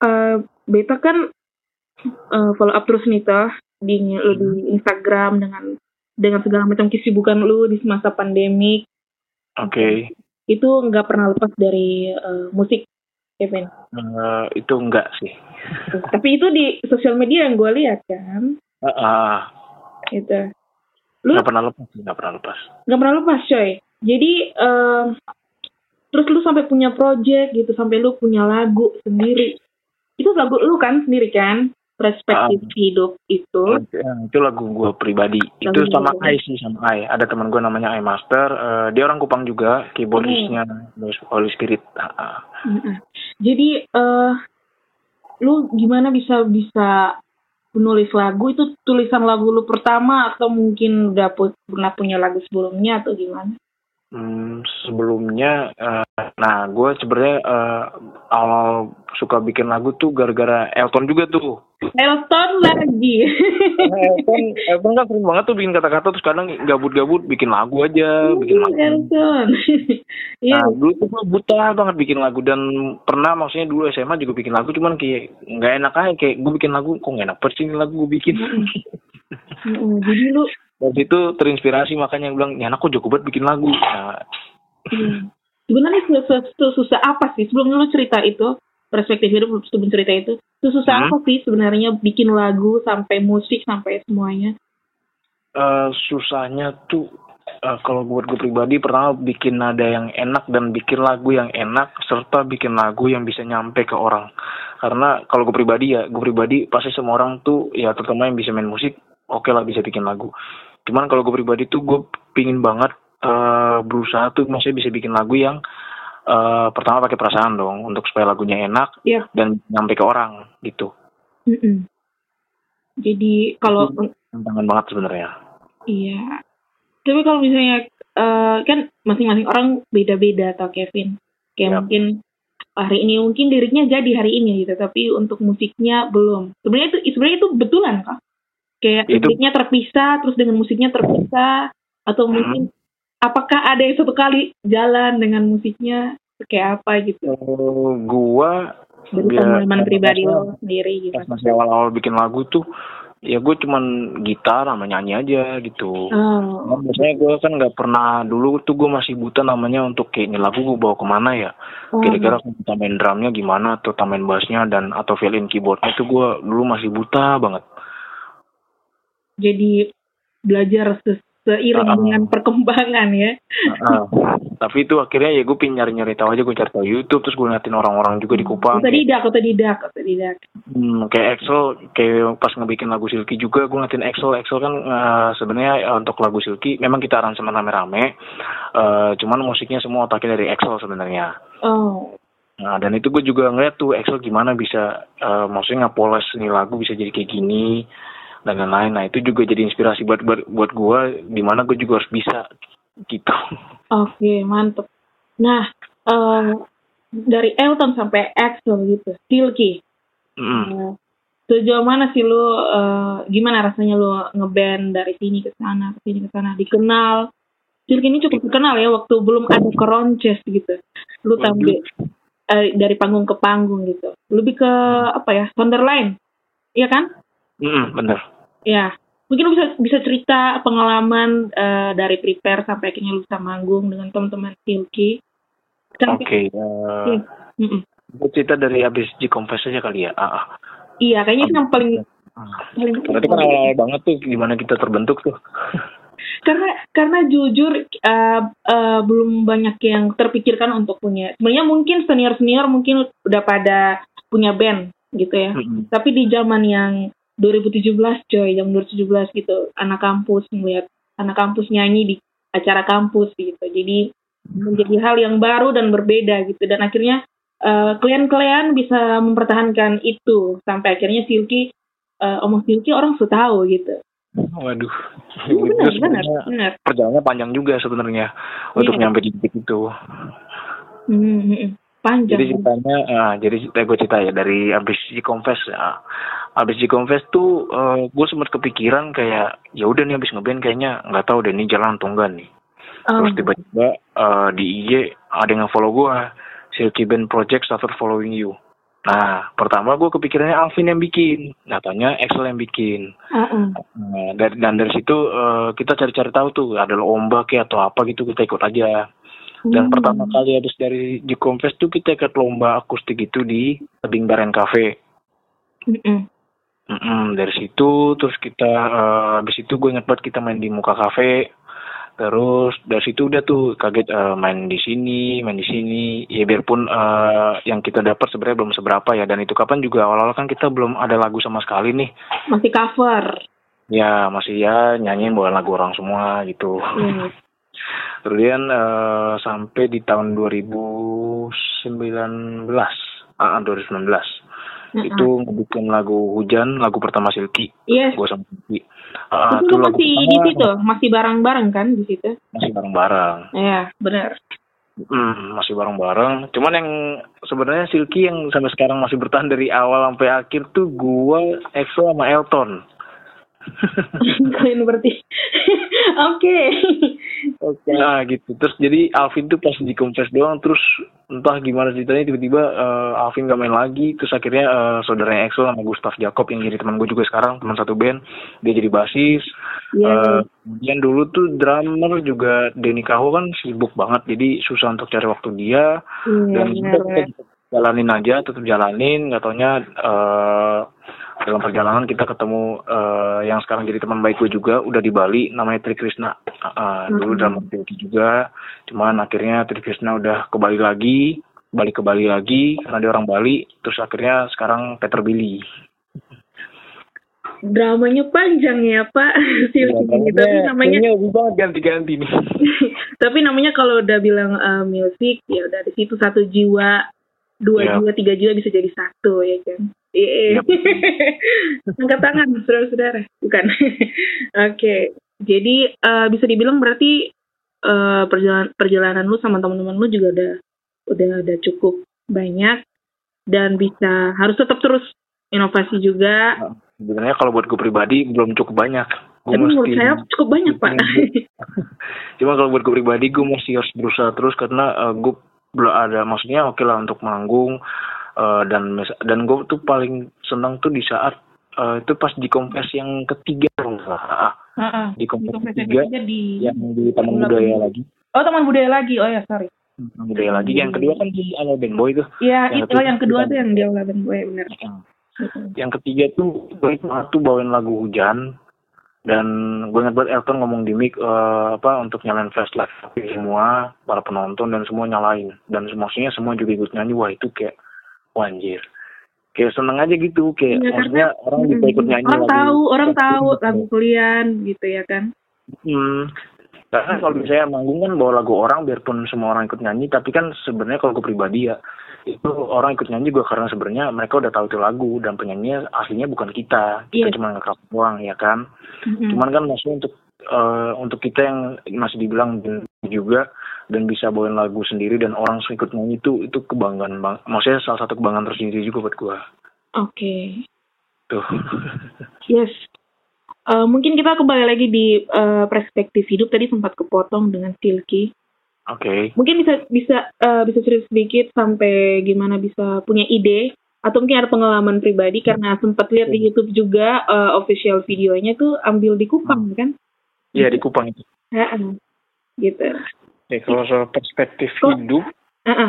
uh, beta kan uh, follow up terus nih toh di lu di Instagram dengan dengan segala macam kesibukan lu di masa pandemik. Oke. Okay. Itu nggak pernah lepas dari uh, musik, Kevin? Uh, itu enggak sih. Tapi itu di sosial media yang gue lihat kan. Ah. Uh, uh. Itu. Lu nggak pernah lepas, nggak pernah lepas. Nggak pernah lepas, coy. Jadi uh, terus lu sampai punya project gitu, sampai lu punya lagu sendiri. Itu lagu lu kan sendiri kan? Perspektif uh, hidup itu. Itu lagu gue pribadi. Lagu itu sama Ai sih, sama Ai. Ada teman gue namanya Ai Master. Uh, dia orang Kupang juga, keyboardisnya hmm. Holy Spirit. Uh. Uh-uh. Jadi uh, lu gimana bisa bisa menulis lagu? Itu tulisan lagu lu pertama atau mungkin udah pu- pernah punya lagu sebelumnya atau gimana? Hmm, sebelumnya, uh, nah gue sebenarnya uh, awal suka bikin lagu tuh gara-gara Elton juga tuh. Elton lagi. Elton, Elton kan sering banget tuh bikin kata-kata, terus kadang gabut-gabut bikin lagu aja, bikin lagu. Elton. Nah dulu tuh gue buta banget bikin lagu, dan pernah maksudnya dulu S M A juga bikin lagu, cuman kayak nggak enak aja, kayak gue bikin lagu kok nggak enak persis ini lagu gue bikin. Jadi lu dari situ terinspirasi, makanya bilang, ya anak kok jago banget bikin lagu. Nah. Hmm. Sebenarnya susah apa sih sebelum lu cerita itu, perspektif hidup sebelum cerita itu, susah hmm. apa sih sebenarnya bikin lagu sampai musik sampai semuanya? Uh, susahnya tuh uh, kalau buat gue pribadi, pertama bikin nada yang enak dan bikin lagu yang enak, serta bikin lagu yang bisa nyampe ke orang. Karena kalau gue pribadi ya, gue pribadi pasti semua orang tuh ya, terutama yang bisa main musik, oke okay lah bisa bikin lagu. Cuman kalau gue pribadi tuh gue pingin banget uh, berusaha tuh maksudnya bisa bikin lagu yang uh, pertama pakai perasaan dong, untuk supaya lagunya enak yeah. dan nyampe ke orang gitu. Mm-mm. Jadi kalau tantangan banget sebenarnya. Iya. Tapi kalau misalnya uh, kan masing-masing orang beda-beda atau Kevin. Kayak yep. mungkin hari ini mungkin liriknya jadi hari ini gitu, tapi untuk musiknya belum. Sebenarnya itu sebenarnya itu betulan kah? Kayak liriknya terpisah, terus dengan musiknya terpisah, atau mungkin hmm. apakah ada yang satu kali jalan dengan musiknya kayak apa gitu? Uh, gua dari pengalaman pribadi lo sendiri gitu. Pas masih awal-awal bikin lagu tuh, ya gue cuman gitar sama nyanyi aja gitu. Oh. Nah, biasanya gue kan nggak pernah, dulu tuh gue masih buta namanya untuk kayak ini lagu gue bawa kemana ya. Oh. Kira-kira tambahin drumnya gimana, atau tambahin bassnya dan atau fill in keyboardnya itu gue dulu masih buta banget. Jadi belajar se- seiring uh, dengan perkembangan ya. Uh, uh. Tapi itu akhirnya ya gue pin nyari-nyari tahu aja, gue cari tahu YouTube, terus gue ngeliatin orang-orang juga di Kupang. Otodidak, otodidak, otodidak. Hmm, kayak Excel, kayak pas ngebikin lagu Silky juga gue ngeliatin Excel. Excel kan uh, sebenarnya uh, untuk lagu Silky memang kita aransemen rame-rame, uh, cuman musiknya semua otaknya dari Excel sebenarnya. Oh. Nah, dan itu gue juga ngeliat tuh Excel gimana bisa, uh, maksudnya ngapoles nih lagu bisa jadi kayak gini dan lain-lain. Nah itu juga jadi inspirasi buat buat, buat gue, dimana gue juga harus bisa gitu. Oke, mantep. Nah, um, dari Elton sampai Axel gitu, Silky. Mm. Uh, sejauh mana sih lu, uh, gimana rasanya lu ngeband dari sini ke sana, ke sini ke sana, dikenal. Silky ini cukup terkenal ya, waktu belum ada Koronces gitu. Lu tampil uh, dari panggung ke panggung gitu. Lebih ke apa ya, Wonderline, iya kan? Mm, bener. Ya, mungkin lu bisa bisa cerita pengalaman uh, dari prepare sampai akhirnya lu bisa manggung dengan teman-teman Silky. Oke. Okay, uh, iya. Cerita dari abis G-Confess aja kali ya. Ah, ah. Iya, kayaknya itu yang paling ah. paling. Berarti kan awal banget tuh gimana kita terbentuk tuh. karena karena jujur uh, uh, belum banyak yang terpikirkan untuk punya. Sebenarnya mungkin senior-senior mungkin udah pada punya band gitu ya. Mm-hmm. Tapi di zaman yang dua ribu tujuh belas coy, jam dua ribu tujuh belas gitu, anak kampus ngeliat anak kampus nyanyi di acara kampus gitu, jadi menjadi hal yang baru dan berbeda gitu, dan akhirnya uh, klien-klien bisa mempertahankan itu sampai akhirnya Silky, uh, omong Silky orang sudah tahu gitu. Waduh, benar, benar, benar. Perjalanannya panjang juga sebenarnya yeah. untuk nyampe di titik itu. Hmm, panjang. Jadi ceritanya, uh, jadi gue cerita ya dari abis G-Confess ya. Abis G-Confess tuh uh, gue sempat kepikiran kayak ya udah nih abis ngeband kayaknya nggak tahu deh nih jalan atau enggak nih. Oh. Terus tiba-tiba uh, di I G ada yang follow gue, Silky Band Project started following you. Nah, pertama gue kepikirannya Alvin yang bikin, nyatanya Excel yang bikin. Uh-uh. Nah, dari, dan dari situ uh, kita cari-cari tahu tuh ada lomba kayak atau apa gitu, kita ikut aja. Dan Hmm. pertama kali habis dari G-Confest tuh kita ikut lomba akustik itu di Tebing Baren Cafe. Mm-mm. Mm-mm, dari situ terus kita uh, habis itu gue ingat banget kita main di Muka Cafe. Terus dari situ udah tuh kaget uh, main di sini, main di sini. Ya biarpun uh, yang kita dapat sebenarnya belum seberapa ya. Dan itu kapan juga awal-awal kan kita belum ada lagu sama sekali nih. Masih cover. Ya masih ya nyanyiin bawa lagu orang semua gitu. Yes. Kemudian uh, sampai di tahun dua ribu sembilan belas, ah dua ribu sembilan belas Uh-uh. itu ngebikin lagu Hujan, lagu pertama Silky. Yes. Gue sama Silky. Uh, itu lagu masih pertama, di situ, masih bareng-bareng kan di situ? masih bareng-bareng. Iya, benar. Hmm, masih bareng-bareng. Cuman yang sebenarnya Silky yang sampai sekarang masih bertahan dari awal sampai akhir tuh gua, Exo sama Elton. Kalian berarti. Oke. Oke. Nah gitu. Terus jadi Alvin tuh pas di Confess doang, terus entah gimana ceritanya tiba-tiba uh, Alvin gak main lagi. Terus akhirnya uh, saudaranya Exo sama Gustaf Jacob yang jadi teman gue juga sekarang, teman satu band, dia jadi basis. Iya. Uh, kemudian dulu tuh drummer juga Denny Kaho kan sibuk banget, jadi susah untuk cari waktu dia. Iya, Dan benar. kita jalanin aja, tetap jalanin. Gak taunya uh, dalam perjalanan kita ketemu uh, yang sekarang jadi teman baik gue juga, udah di Bali, namanya Tri Krishna. Uh, dulu drummer Silky juga, cuman akhirnya Tri Krishna udah ke Bali lagi, balik ke Bali lagi karena dia orang Bali. Terus akhirnya sekarang Peter Billy. Dramanya panjang ya Pak. Silky Ya, tapi namanya lebih banget ganti-ganti nih. tapi namanya kalau udah bilang uh, musik ya udah di situ satu jiwa, dua Ya. jiwa, tiga jiwa bisa jadi satu ya kan. Iya. Yap. Angkat tangan saudara-saudara. Bukan. Oke. Jadi uh, bisa dibilang berarti uh, perjalanan perjalanan lu sama teman-teman lu juga udah udah ada cukup banyak dan bisa harus tetap terus inovasi juga. Sebenarnya kalau buat gue pribadi belum cukup banyak. Gue Tapi menurut saya cukup banyak Pak. Cuma kalau buat gue pribadi gue masih harus berusaha terus karena uh, gue belum ada, maksudnya oke lah untuk manggung uh, dan dan gue tuh paling senang tuh di saat uh, itu pas di Confess yang ketiga kalau nggak salah. Uh-uh. Di Confess Di ketiga di yang di Taman Budaya lagi. Oh, Taman Budaya lagi. Oh ya, sorry. Taman Budaya lagi. Yang kedua kan di Ala Band Boy tuh. Iya, Yang itu ketiga yang kedua kan. tuh yang dia Ala Band Boy, benar. Yang ketiga tuh gue tuh bawain lagu Hujan. Dan gue ingat banget Elton ngomong di mic uh, apa untuk nyalain flashlight semua para penonton dan semua nyalain, dan maksudnya semua juga ikut nyanyi. Wah itu kayak wah, anjir, kayak seneng aja gitu, kayak Ya, maksudnya karena, orang bisa ikut nyanyi orang lagu, tahu orang lagu tahu gitu. lagu kalian gitu ya kan. Hmm. Karena kalau misalnya manggung kan bawa lagu orang biarpun semua orang ikut nyanyi, tapi kan sebenarnya kalau gue pribadi ya itu orang ikut nyanyi juga karena sebenarnya mereka udah tahu itu lagu dan penyanyinya aslinya bukan kita, kita Iya. cuma nge-cover doang ya kan. Mm-hmm. Cuman kan maksudnya untuk uh, untuk kita yang masih dibilang juga dan bisa bawain lagu sendiri dan orang ikut nyanyi itu itu kebanggaan bang, maksudnya salah satu kebanggaan tersendiri juga buat gua. Oke. Okay. Tuh. Yes. Uh, mungkin kita kembali lagi di uh, perspektif hidup, tadi sempat kepotong dengan Silky. Oke. Okay. Mungkin bisa bisa uh, bisa cerita sedikit sampai gimana bisa punya ide atau mungkin ada pengalaman pribadi karena sempat lihat di YouTube juga uh, official videonya tuh ambil di Kupang hmm. kan? Iya, di Kupang itu. Heeh. Gitu. Oke, kalau soal perspektif Kok? hidup. Uh-uh.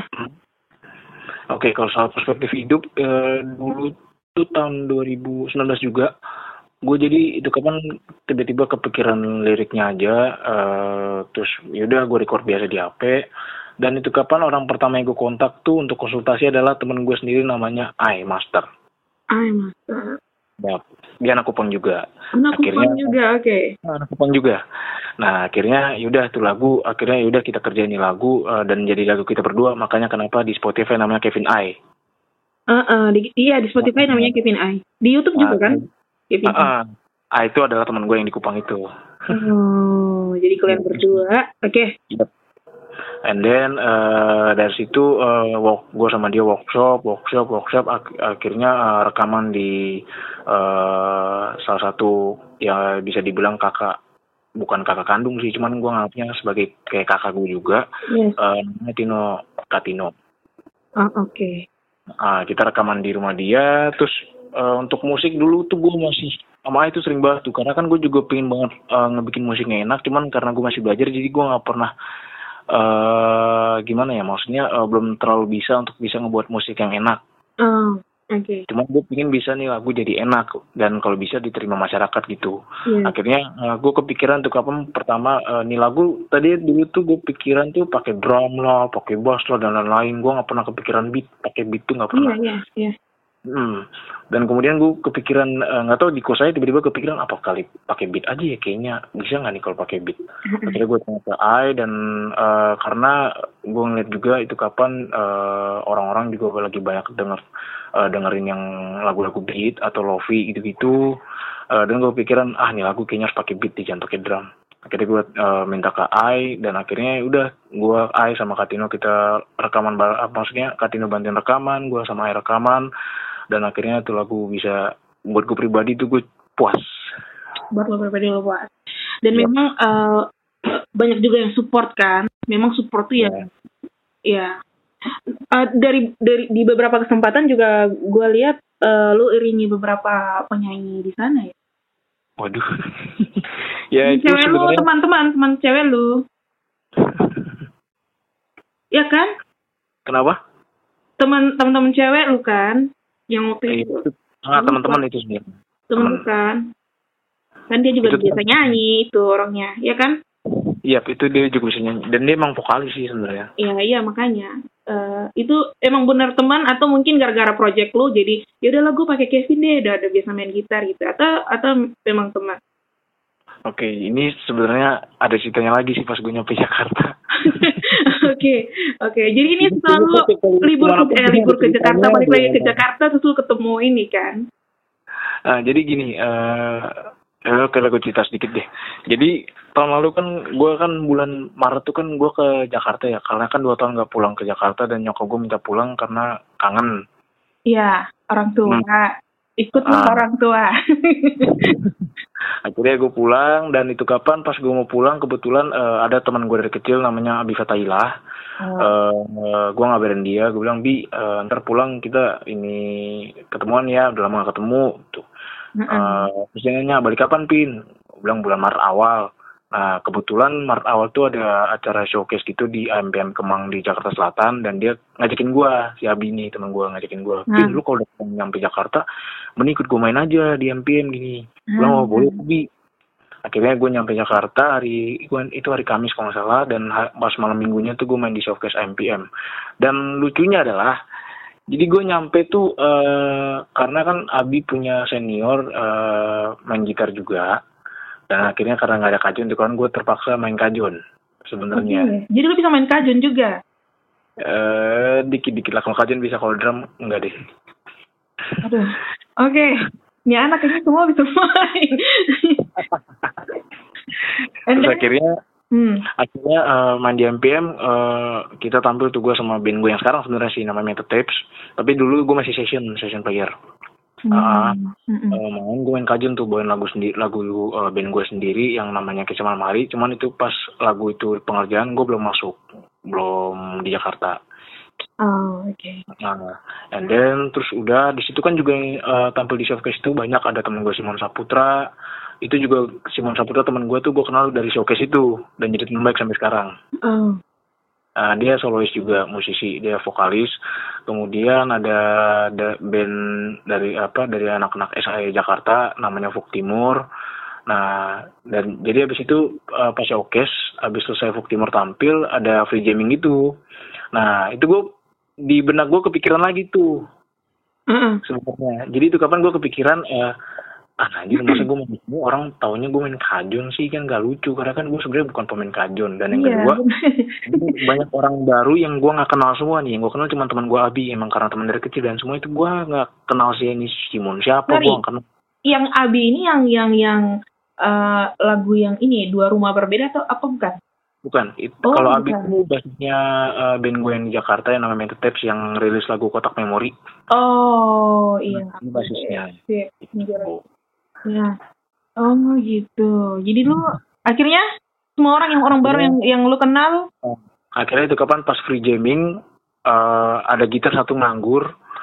Oke, kalau soal perspektif hidup uh, dulu tuh tahun dua ribu sembilan belas juga gue jadi itu kapan tiba-tiba kepikiran liriknya aja, uh, terus yaudah gue record biasa di H P. Dan itu kapan orang pertama yang gue kontak tuh untuk konsultasi adalah temen gue sendiri namanya Ai Master. Ai Master. Ya, dia anak Kupang juga. Anak akhirnya, Kupang juga, oke. Okay. Anak Kupang juga. Nah akhirnya yaudah tuh lagu, akhirnya yaudah kita kerjain ini lagu uh, dan jadi lagu kita berdua. Makanya kenapa di Spotify namanya Kevin Ai. Uh, uh, di, iya di Spotify uh, namanya Kevin Ai. Di YouTube juga uh, kan? Uh, uh, ah itu adalah teman gue yang di Kupang itu. Oh, jadi kalian berdua, oke? Okay. Yep. And then uh, dari situ uh, walk, gue sama dia workshop, workshop, workshop. Ak- akhirnya uh, rekaman di uh, salah satu ya bisa dibilang kakak, bukan kakak kandung sih, cuman gue nganggapnya sebagai kayak kakak gue juga. Yes. Uh, namanya Tino Katino. Oh, oke. Okay. Ah, kita rekaman di rumah dia. Terus eh, untuk musik dulu tuh gue masih sama itu sering banget tuh. Karena kan gue juga pengen banget eh, ngebikin musik yang enak. Cuman karena gue masih belajar, jadi gue nggak pernah eh gimana ya, maksudnya eh, belum terlalu bisa untuk bisa ngebuat musik yang enak. Oh, oke. Cuman gue pengen bisa nih lagu jadi enak dan kalau bisa diterima masyarakat gitu. Iya. Akhirnya eh, gue kepikiran tuh kapan pertama eh, nih lagu tadi dulu tuh gue pikiran tuh pakai drum lah, pakai bass lah dan lain-lain. Gue nggak pernah kepikiran beat, pakai beat tuh nggak Iya, pernah. iya, iya. Hmm. Dan kemudian gue kepikiran eh, nggak tahu di kos saya tiba-tiba kepikiran apa kali pakai beat aja ya, kayaknya bisa nggak nih kalau pakai beat. Akhirnya gue tanya ke Ai dan eh, karena gue ngeliat juga itu kapan eh, orang-orang juga lagi banyak denger eh, dengerin yang lagu-lagu beat atau lofi gitu-gitu. Eh, dan gue pikiran ah nih lagu kayaknya harus pakai beat di jangan pakai drum. Akhirnya gue eh, minta ke Ai dan akhirnya udah gue Ai sama Katino kita rekaman bar- apa maksudnya Katino bantuin rekaman, gue sama Ai rekaman. Dan akhirnya tuh lagu bisa buat gue pribadi tuh gue puas. Buat lo pribadi lo puas. Dan Iya. memang eh, banyak juga yang support kan. Memang support tuh ya. Iya. Ya. Eh, dari dari di beberapa kesempatan juga gue lihat eh, lu iringi beberapa penyanyi di sana ya. Waduh. Ya Temen itu cewek lu, sebenarnya teman-teman, teman cewek lu. Ya kan? kenapa? Teman teman-teman cewek lu kan yang waktu Eh, itu. itu ah, teman-teman itu sebenarnya. Temen lu kan. Kan dia juga Itu biasa teman. nyanyi itu orangnya, ya kan? Iya, itu dia juga bisa nyanyi dan dia emang vokalis sih sebenarnya. Iya, iya makanya. Eh, itu emang benar teman atau mungkin gara-gara project lu jadi ya udahlah gue pakai Kevin deh, udah ada biasa main gitar gitu atau atau memang teman. Oke, ini sebenarnya ada ceritanya lagi sih pas gue nyampe Jakarta. Oke, oke. Jadi ini selalu libur ke eh, libur ke Jakarta, balik lagi ke Jakarta terus lu ketemu ini kan? Nah, jadi gini, eh eh, kalau gue cerita sedikit deh. Jadi tahun lalu kan gue kan bulan Maret tuh kan gue ke Jakarta ya, karena kan dua tahun nggak pulang ke Jakarta dan nyokap gue minta pulang karena kangen. Iya, orang tua. Ikut lu Ah. orang tua. Akhirnya gue pulang dan itu kapan pas gue mau pulang kebetulan eh, ada teman gue dari kecil namanya Abi Fatailah. Oh. Eh, gue ngabarin dia, gue bilang Bi, eh, ntar pulang kita ini ketemuan ya, udah lama gak ketemu. Tuh. Mm-mm. Eh, terus dia nanya balik kapan Pin? Gue bilang bulan Maret awal. Nah kebetulan Maret awal tuh ada acara showcase gitu di A M P M Kemang di Jakarta Selatan dan dia ngajakin gue, si Abi nih teman gue ngajakin gue, Pin Hmm. lu kalau udah nyampe Jakarta mending ikut gue main aja di A M P M gini. Gue bilang oh boleh Abi. Akhirnya gue nyampe Jakarta hari gua, itu hari Kamis kalau nggak salah dan ha- pas malam minggunya tuh gue main di showcase A M P M. Dan lucunya adalah jadi gue nyampe tuh eh, karena kan Abi punya senior eh, main gitar juga dan akhirnya karena nggak ada kajon tuh kan gue terpaksa main kajon sebenarnya. Oke. Jadi lu bisa main kajon juga. Eh dikit-dikit lah, kalau kajon bisa, kalau drum enggak deh. Aduh. Oke. Ini anak ini semua bisa main. And Terus then- akhirnya Hmm. akhirnya eh, main di M P M eh, kita tampil tuh gue sama band gue yang sekarang sebenarnya sih namanya Method Tapes, tapi dulu gue masih session session player. Ah, Mm-mm. Eh, main gue main kajon tuh bawain lagu sendiri, lagu eh, band gue sendiri yang namanya Kisah Malam Hari. Cuman itu pas lagu itu pengerjaan gue belum masuk, belum di Jakarta. Oh, oke. Nah, and then terus udah di situ kan juga eh, tampil di showcase itu banyak, ada temen gue Simon Saputra. Itu juga Simon Saputra temen gue tuh gue kenal dari showcase itu dan jadi teman baik sampai sekarang. Oh. Nah, dia solois juga, musisi, dia vokalis. Kemudian ada, ada band dari apa dari anak-anak S A E Jakarta namanya Folk Timur. Nah, dan jadi habis itu uh, pas showcase, habis selesai Folk Timur tampil, ada free jamming gitu. Nah, itu gue di benak gue kepikiran lagi tuh Uh-uh. sebenarnya. Jadi itu kapan gue kepikiran eh ah anjir masa gue main ini orang taunya gue main kajon sih, kan gak lucu karena kan gue sebenarnya bukan pemain kajon. Dan yang Iya. kedua banyak orang baru yang gue nggak kenal semua nih, yang gue kenal cuma teman gue Abi, emang karena teman dari kecil, dan semua itu gue nggak kenal sih ini Simon siapa, Sorry. gue nggak kenal. Yang Abi ini yang yang yang eh, lagu yang ini Dua Rumah Berbeda atau apa bukan? Bukan, itu Oh, kalau Abi bukan. itu basisnya eh, band gue yang di Jakarta yang namanya Method Tapes yang rilis lagu Kotak Memori. Oh, iya. Ini basisnya. Sip. Ya. Oh, gitu. Jadi lu akhirnya semua orang yang orang baru yang yang lu kenal. Akhirnya itu kapan pas free jamming eh, ada gitar satu nganggur,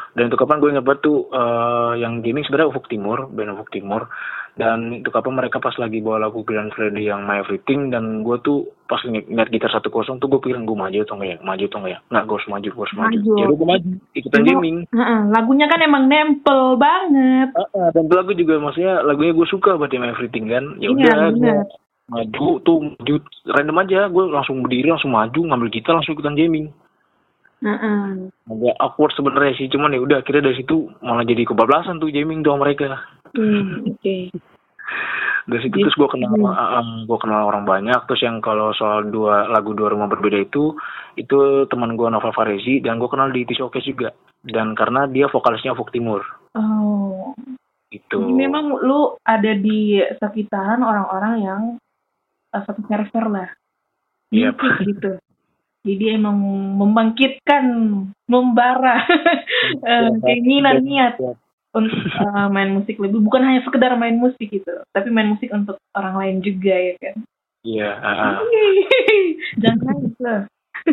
Dan itu kapan gue ingat banget tuh uh, yang gaming sebenarnya Ufuk Timur, band Ufuk Timur. Dan itu kapan mereka pas lagi bawa lagu Glenn Fredly yang My Everything, dan gue tuh pas ngeliat gitar satu kosong tuh gue pikirin gue maju atau enggak ya, maju atau enggak ya, nggak gue harus maju, gue harus maju. Maju. Ya gue maju, ikutan Emang- gaming. Heeh, lagunya kan emang nempel banget. Uh, uh, dan itu lagu juga maksudnya lagunya gue suka buat My Everything kan. Ya Iya, udah gue bener. maju tuh, maju random aja, gue langsung berdiri langsung maju ngambil gitar langsung ikutan gaming. Heeh. Agak awkward sebenarnya sih, cuman ya udah akhirnya dari situ malah jadi kebablasan tuh gaming tuh sama mereka. Hmm, oke. Dari situ Jadi- terus gue kenal hmm. uh, gue kenal orang banyak. Terus yang kalau soal dua lagu dua rumah berbeda itu itu teman gue Novel Farezi, dan gue kenal di T Showcase juga, dan karena dia vokalisnya Ufuk Timur Oh. gitu. Jadi memang lu ada di sekitaran orang-orang yang uh, satu server lah. Yep. Musik gitu. Jadi emang membangkitkan, membara eh, keinginan niat untuk uh, main musik lebih, bukan hanya sekedar main musik gitu, tapi main musik untuk orang lain juga ya kan. Iya. uh, uh. Jangan nangis loh.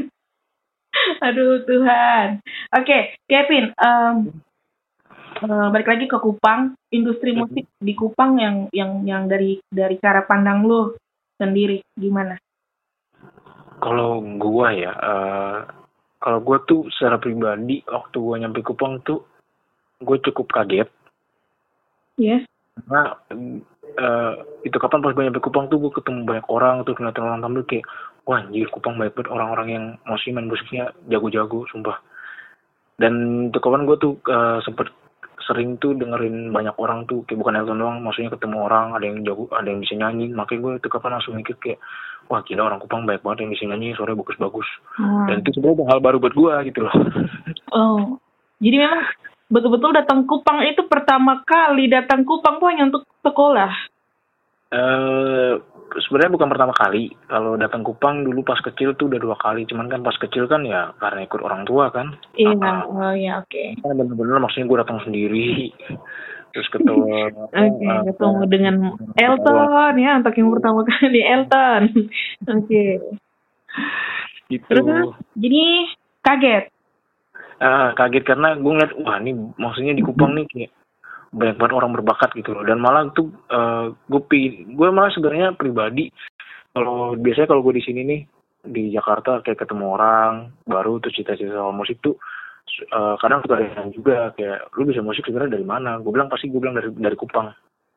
Aduh Tuhan. Oke, Kevin, um, uh, balik lagi ke Kupang, industri musik di Kupang yang yang yang dari dari cara pandang lu sendiri gimana? Kalau gua ya, uh, kalau gua tuh secara pribadi waktu gua nyampe Kupang tuh, gue cukup kaget Yes. karena uh, itu kapan pas gue nyampe Kupang tuh gue ketemu banyak orang tuh, ngeliatin orang tampil kayak, wah anjir Kupang banyak banget orang-orang yang masih main musiknya jago-jago, sumpah. Dan itu kapan gue tuh uh, sempet sering tuh dengerin banyak orang tuh, kayak bukan Elton doang, maksudnya ketemu orang ada yang jago, ada yang bisa nyanyi. Makanya gue itu kapan langsung mikir kayak, wah gila orang Kupang banyak banget yang bisa nyanyi, suaranya bagus-bagus. Hmm. Dan itu sebenarnya hal baru buat gue gitu loh. Oh, jadi memang betul-betul datang Kupang itu pertama kali datang Kupang tuh hanya untuk sekolah. Eh sebenarnya bukan pertama kali. Kalau datang Kupang dulu pas kecil tuh udah dua kali. Cuman kan pas kecil kan ya karena ikut orang tua kan. Iya, Ah, oh ya oke. kan bener-bener maksudnya gue datang sendiri. Terus ketemu Oke, ketemu dengan Elton ya, untuk yang pertama kali Elton. Oke. gitu. Terus jadi kaget. Ah, kaget karena gue ngeliat, wah ini maksudnya di Kupang nih kayak banyak banget orang berbakat gitu loh. Dan malah tuh uh, gue gue malah sebenarnya pribadi, kalau biasanya kalau gue di sini nih di Jakarta kayak ketemu orang baru tuh cita-cita soal musik tuh uh, kadang suka ada yang juga kayak, lu bisa musik sebenarnya dari mana? Gue bilang pasti gue bilang dari dari Kupang.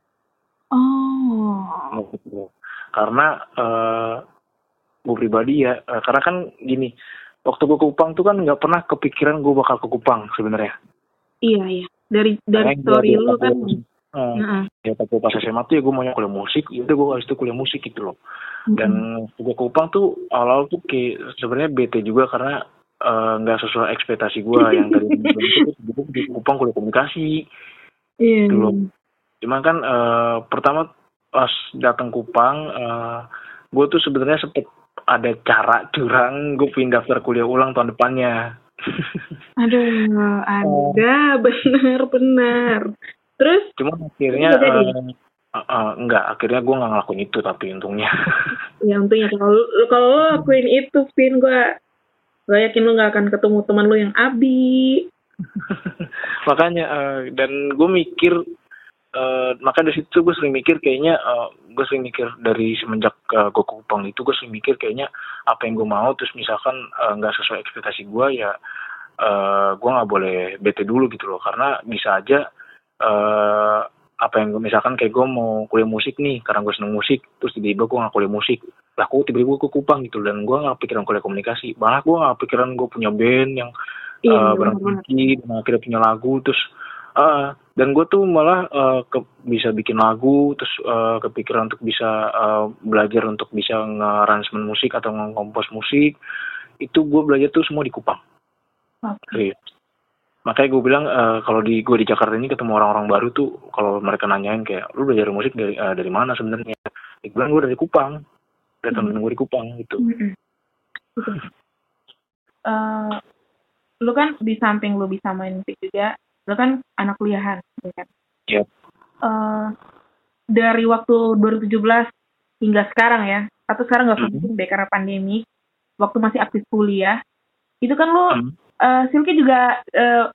Oh. Gitu. Karena uh, gue pribadi ya, uh, karena kan gini, waktu gue ke Kupang tuh kan nggak pernah kepikiran gue bakal ke Kupang sebenarnya. Iya iya. Dari dari Karena story gua- lu kan. Uh, Heeh. ya tapi pas S M A tuh ya gue maunya kuliah musik, itu gue habis itu kuliah musik gitu loh. Dan gue ke Kupang tuh awal tuh kayak sebenarnya bete juga karena eh, nggak sesuai ekspektasi gue yang dari gue di Kupang kuliah komunikasi Iya. dulu. Cuman kan eh, pertama pas datang Kupang, eh, gue tuh sebenarnya sempet ada cara curang, gue pengen daftar kuliah ulang tahun depannya. Aduh, ada benar-benar. Terus Cuman akhirnya Itu jadi? eh, eh, eh, enggak, akhirnya gue nggak ngelakuin itu tapi untungnya. ya untungnya kalau lu- kalau lo lakuin itu, Vin, gue gak yakin lu gak akan ketemu teman lu yang Abi. Makanya eh, dan gue mikir eh, maka dari situ gue sering mikir kayaknya eh, gue sering mikir dari semenjak eh, gue ke Kupang itu gue sering mikir kayaknya apa yang gue mau terus misalkan eh, nggak sesuai ekspektasi gue ya eh, gue nggak boleh bete dulu gitu loh, karena bisa aja eh, apa yang gue misalkan kayak gue mau kuliah musik nih karena gue seneng musik terus tiba-tiba gue nggak kuliah musik lah, kok tiba-tiba gue ke Kupang gitu, dan gue nggak pikiran kuliah komunikasi, malah gue nggak pikiran gue punya band yang Iya, uh, benar-benar. berhenti dan akhirnya punya lagu terus uh, dan gue tuh malah uh, ke, bisa bikin lagu terus uh, kepikiran untuk bisa uh, belajar untuk bisa nge-arrangement musik atau nge-compose musik, itu gue belajar tuh semua di Kupang. Oke. Gitu. Makanya gue bilang uh, kalau di gue di Jakarta ini ketemu orang-orang baru tuh kalau mereka nanyain kayak lu belajar musik dari uh, dari mana sebenarnya, ya, gue bilang gue dari Kupang, dari temen gue di Kupang gitu. Mm-mm. Gitu. Eh, lu kan di samping lu bisa main musik juga, lu kan anak kuliahan, ya kan? Yep. Eh, dari waktu dua ribu tujuh belas hingga sekarang ya, atau sekarang nggak Mhm. mungkin deh karena pandemi, waktu masih aktif kuliah, itu kan lu, Hmm. eh, Silky juga eh,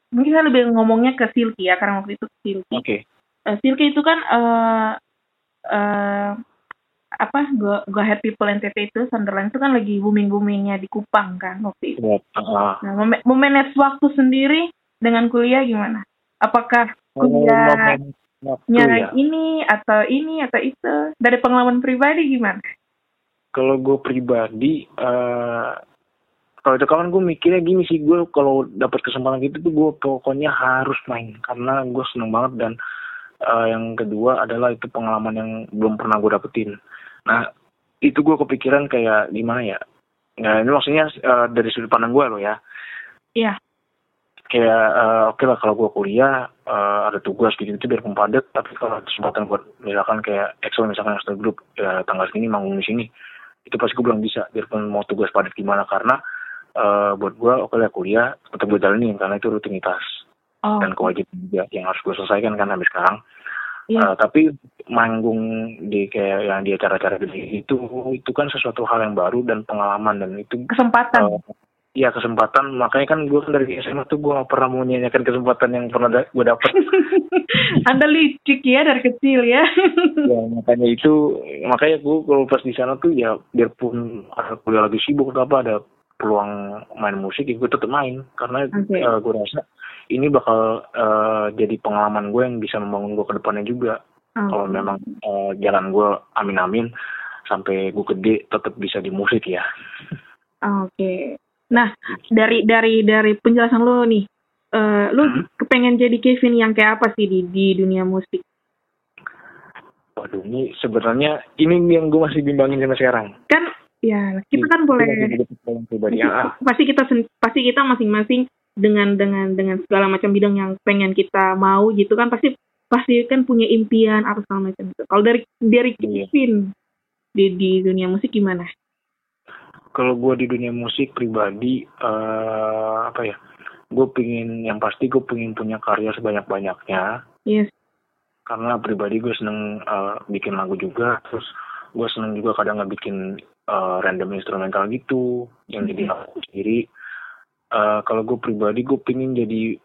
mungkin saya lebih ngomongnya ke Silky ya, karena waktu itu Silky. Oke. Okay. Uh, Silky itu kan uh, uh, apa Go, Go Ahead People N T T itu Sunderland itu kan lagi booming-boomingnya di Kupang kan waktu itu. Yeah. Uh. Nah, mem- memanage waktu sendiri dengan kuliah gimana? Apakah kuliah oh, nyari ya? ini atau ini atau itu? Dari pengalaman pribadi gimana? Kalau gue pribadi, uh, kalau itu kawan gue mikirnya gini sih, gue kalau dapat kesempatan gitu tuh gue pokoknya harus main karena gue seneng banget. Dan uh, yang kedua adalah itu pengalaman yang belum pernah gue dapetin. Nah itu gue kepikiran kayak gimana ya? Nah ini maksudnya uh, dari sudut pandang gue loh ya. Iya. Kayak uh, oke okay lah kalau gue kuliah uh, ada tugas gitu itu biar padat, tapi kalau kesempatan buat misalkan kayak Excel misalkan Excel Group ya tanggal segini manggung di sini, itu pasti gue belum bisa biarpun mau tugas padat gimana, karena uh, buat gue oke okay lah kuliah tetap gue jalanin karena itu rutinitas oh. dan kewajiban juga yang harus gue selesaikan kan sampai sekarang. Yeah. Uh, tapi manggung di kayak yang di acara-acara gede itu itu kan sesuatu hal yang baru dan pengalaman, dan itu kesempatan. Uh, Iya kesempatan, makanya kan gue kan dari S M A tuh gue gak pernah mau nyanyikan kesempatan yang pernah da- gue dapet. Anda licik ya dari kecil ya. Ya makanya itu, makanya gue kalau pas di sana tuh ya biarpun ada kuliah lagi sibuk atau apa, ada peluang main musik ya gue tetap main karena okay. uh, gue rasa ini bakal uh, jadi pengalaman gue yang bisa membangun gue ke depannya juga. Okay. Kalau memang uh, jalan gue amin-amin sampai gue gede tetap bisa di musik ya. Oke. Okay. Nah, dari dari dari penjelasan lo nih, uh, lo hmm? kepengen jadi Kevin yang kayak apa sih di di dunia musik? Waduh, ini sebenarnya ini yang gue masih bimbangin sampai sekarang. Kan, ya kita kan ini, boleh. Pasti, ah. pasti kita pasti kita masing-masing dengan dengan dengan segala macam bidang yang pengen kita mau gitu kan, pasti pasti kan punya impian apa segala macam itu. Kalau dari dari Kevin iya. di di dunia musik gimana? Kalau gue di dunia musik pribadi, uh, apa ya, gue pingin, yang pasti gue pingin punya karya sebanyak-banyaknya. Yes. Karena pribadi gue seneng uh, bikin lagu juga, terus gue seneng juga kadang ngebikin uh, random instrumental gitu, yang mm-hmm. jadi lagu sendiri. Uh, kalau gue pribadi, gue pingin jadi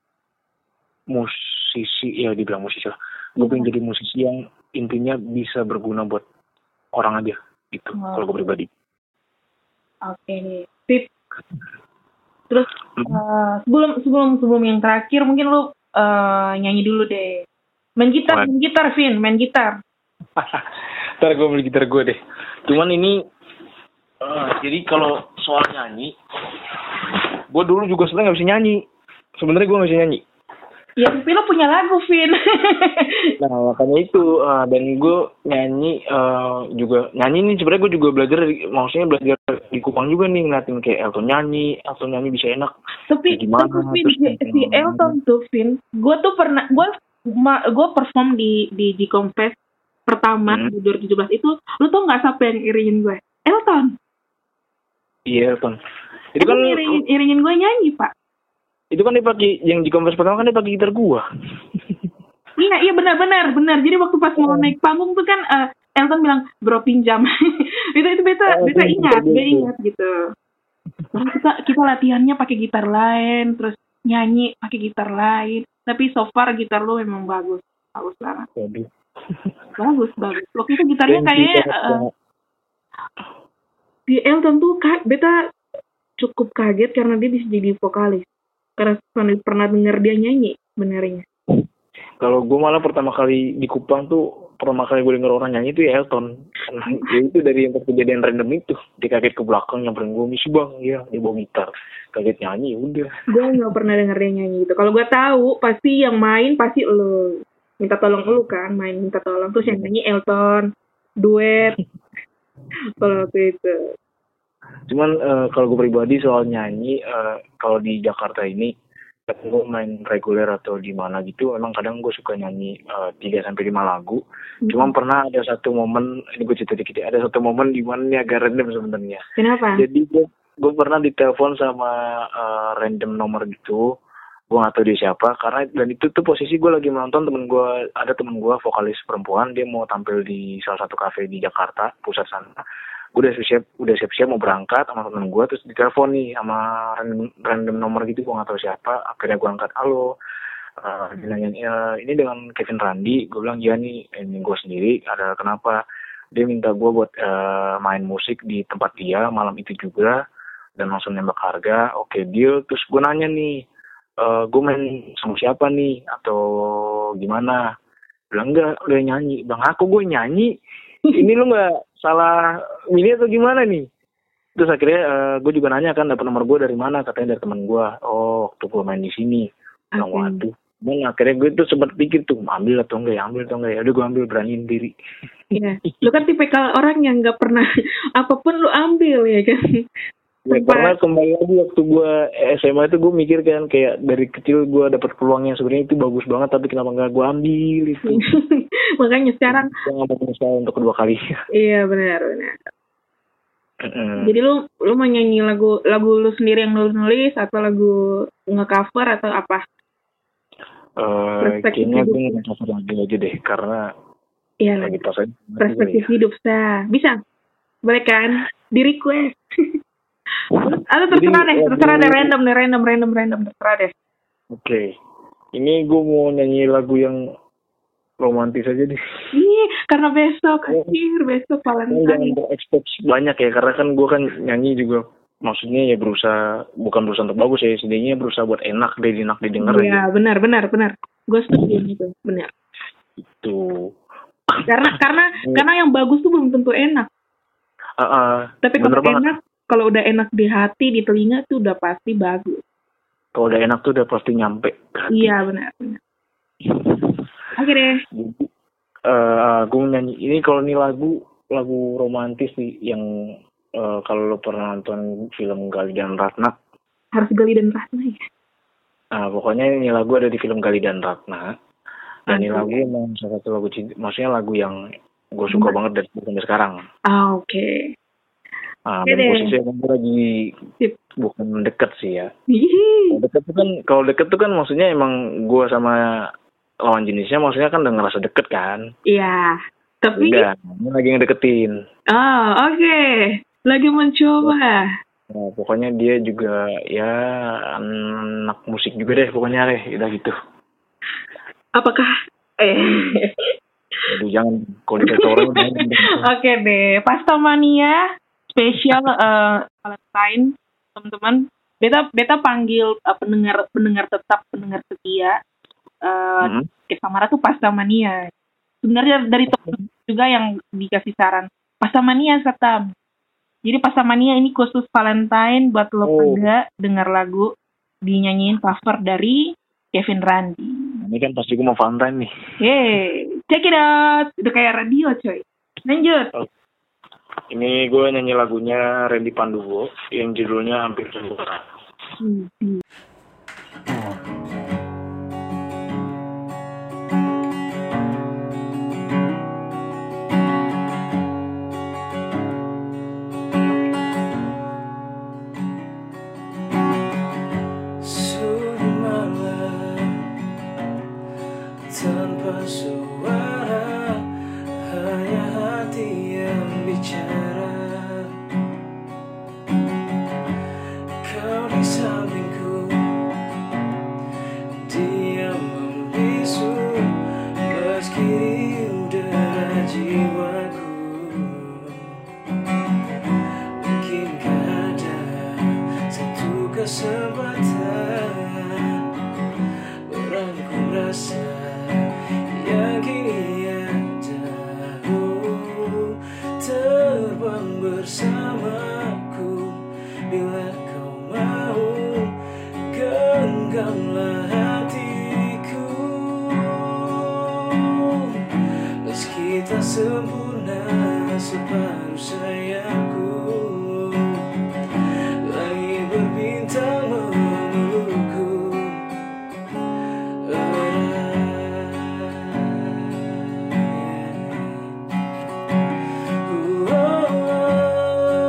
musisi, ya dibilang musisi lah. Gue mm-hmm. pingin jadi musisi yang intinya bisa berguna buat orang aja, gitu, wow. kalau gue pribadi. Oke, okay. Tip. Terus uh, sebelum sebelum sebelum yang terakhir mungkin lu uh, nyanyi dulu deh. Main gitar, main gitar, Vin, main gitar. Ntar gue beli gitar gue deh. Cuman ini, uh, jadi kalau soal nyanyi, gue dulu juga sebenarnya nggak bisa nyanyi. Sebenarnya gue nggak bisa nyanyi. Ya, tapi lo punya lagu, Vin. Nah, makanya itu. Uh, dan gue nyanyi uh, juga. Nyanyi nih sebenarnya gue juga belajar, maksudnya belajar di Kupang juga nih. Ngeliatin kayak Elton nyanyi. Elton nyanyi bisa enak. Tapi, gimana, tapi Vin, si Elton tuh, Vin. Gue tuh pernah, gue gue perform di di di Confess pertama hmm. di dua ribu tujuh belas itu. Lu tau gak siapa yang iringin gue? Elton. Iya, Elton. Itu kan iringin, iringin gue nyanyi, Pak. Itu kan dia pakai, yang di Confess pertama kan dia pakai gitar gua. Iya, iya benar-benar, benar. Jadi waktu pas mau naik panggung tuh kan uh, Elton bilang, bro pinjam. itu itu beta, oh, beta ingat, beta ingat gitu. Terus kita kita latihannya pakai gitar lain, terus nyanyi pakai gitar lain. Tapi so far gitar lu memang bagus, bagus banget. bagus, bagus. Waktu itu gitarnya kayaknya uh, di Elton tuh kak, beta cukup kaget karena dia bisa jadi vokalis. Karena pernah dengar dia nyanyi benarnya. Kalau gue malah pertama kali di Kupang tuh pertama kali gue denger orang nyanyi itu ya Elton. Ya itu dari yang kejadian random itu. Dia kaget ke belakang nyamperin gue, misi bang, ya dia bawa gitar. Kaget nyanyi, udah. Gue nggak pernah denger dia nyanyi gitu. Kalau gue tahu pasti yang main pasti lo minta tolong lo kan, main minta tolong terus yang nyanyi Elton, duet. Kalau itu. Cuman uh, kalau gue pribadi soal nyanyi, uh, kalau di Jakarta ini, gue main reguler atau di mana gitu, emang kadang gue suka nyanyi uh, tiga sampai lima lagu. Hmm. Cuman pernah ada satu momen, ini gue cerita dikit, ada satu momen di mana ini agak random sebenarnya. Kenapa? Jadi gue, gue pernah ditelepon sama uh, random nomor gitu, gue nggak tahu dia siapa, karena dan itu tuh posisi gue lagi menonton temen gue, ada temen gue vokalis perempuan, dia mau tampil di salah satu kafe di Jakarta pusat sana. Gue udah siap udah siap-siap mau berangkat sama temen gue, terus ditelepon nih sama random, random nomor gitu, gue nggak tahu siapa. Akhirnya gue angkat, halo, uh, dia nanya, e, ini dengan Kevin Randi. Gue bilang iya nih, ini gue sendiri. Ada kenapa? Dia minta gue buat uh, main musik di tempat dia malam itu juga, dan langsung nembak harga. Oke, deal. Terus gue nanya nih, uh, gue main sama siapa nih atau gimana? Bilang enggak, udah nyanyi. Bang, aku gue nyanyi. Ini lu nggak salah ini atau gimana nih? Terus akhirnya uh, gue juga nanya kan, dapat nomor gue dari mana? Katanya dari teman gue. Oh, waktu gue main di sini. Bilang, Oke. waduh. Dan akhirnya gue tuh sempat pikir tuh, ambil atau enggak ya, ambil atau enggak ya. Udah gue ambil, beraniin diri. Iya. Lu kan tipikal orang yang nggak pernah apapun lu ambil ya kan. Ya, karena kembali lagi waktu gue S M A itu gue mikir kan, kayak dari kecil gue dapat peluang yang sebenarnya itu bagus banget, tapi kenapa nggak gue ambil itu? Makanya sekarang gue nggak mau menyesal untuk kedua kali. iya benar benar. Mm-mm. Jadi lu lu mau nyanyi lagu lagu lu sendiri yang nulis nulis atau lagu nge-cover atau apa? Uh, Perspektif kayaknya hidup. gue nge-cover lagi aja deh, karena Iya lagi lagi. pas aja. Perspektif hidup sah. Bisa? Boleh kan? Di request. Atau terserah Jadi, deh, terserah deh, lagu- random deh, random, random, random, terserah deh. Oke, ini gue mau nyanyi lagu yang romantis aja deh. Ih, karena besok, akhir besok Kan jangan Valentine. berekspekt banyak ya, karena kan gue kan nyanyi juga, maksudnya ya berusaha, bukan berusaha untuk bagus ya, setidaknya berusaha buat enak deh, enak didengar Iya, ya. benar, benar, benar. Gue setuju gitu, benar. Itu. Karena karena karena yang bagus tuh belum tentu enak. Uh, uh, Tapi bener kalau banget. enak, kalau udah enak di hati, di telinga tuh udah pasti bagus. Kalau udah enak tuh udah pasti nyampe. Iya, benar, benar. Oke deh. Jadi, uh, gue nyanyi ini, kalau ini lagu lagu romantis nih, yang uh, kalau lo pernah nonton film Gali dan Ratna, Harus Gali dan Ratna ya. nah pokoknya ini lagu ada di film Gali dan Ratna, dan ini Oke. lagu emang salah satu lagu cinta, maksudnya lagu yang gue suka Hmm. banget dari dulu sampai sekarang. Ah, oke. Nah, Oke dan deh. posisinya gue lagi Sip. bukan deket sih ya. Hihi. Kalau deket tuh kan, kalau deket tuh kan maksudnya emang gue sama lawan jenisnya maksudnya kan udah ngerasa deket kan. Iya. Tapi Udah, ini lagi ngedeketin. oh, oke. Lagi mencoba. Nah, pokoknya dia juga ya anak musik juga deh pokoknya deh, udah gitu. Apakah eh Aduh, jangan, kalau dikasih orang jangan. oke deh, Pasta Mania spesial eh, Valentine, teman-teman. Beta beta panggil eh, pendengar pendengar tetap, pendengar setia. Eh Hmm. Ke Samara tuh Pasta Mania. Sebenarnya dari teman juga yang dikasih saran. Pasta Mania Satam. Jadi Pasta Mania ini khusus Valentine buat lo Oh. pada dengar lagu dinyanyiin cover dari Kevin Randi. Ini kan pasti gue mau Valentine nih. Yeay, check it out. Udah kayak radio coy. Lanjut. Ini gue nyanyi lagunya Randy Panduwo yang judulnya Hampir Sempurna. Hmm. Sudah malam tanpa suara, hanya hati yang bicara. Kau di sampingku, dia membisu meski di udara jiwaku. Mungkinkah ada satu kesempatan merangkum rasa yang kini ada. Oh, terbang bersamaku bila kau mau, genggamlah hatiku. Meski tak sempurna separuh sayangku, langit berbintang memelukku erat. Oh, oh, oh.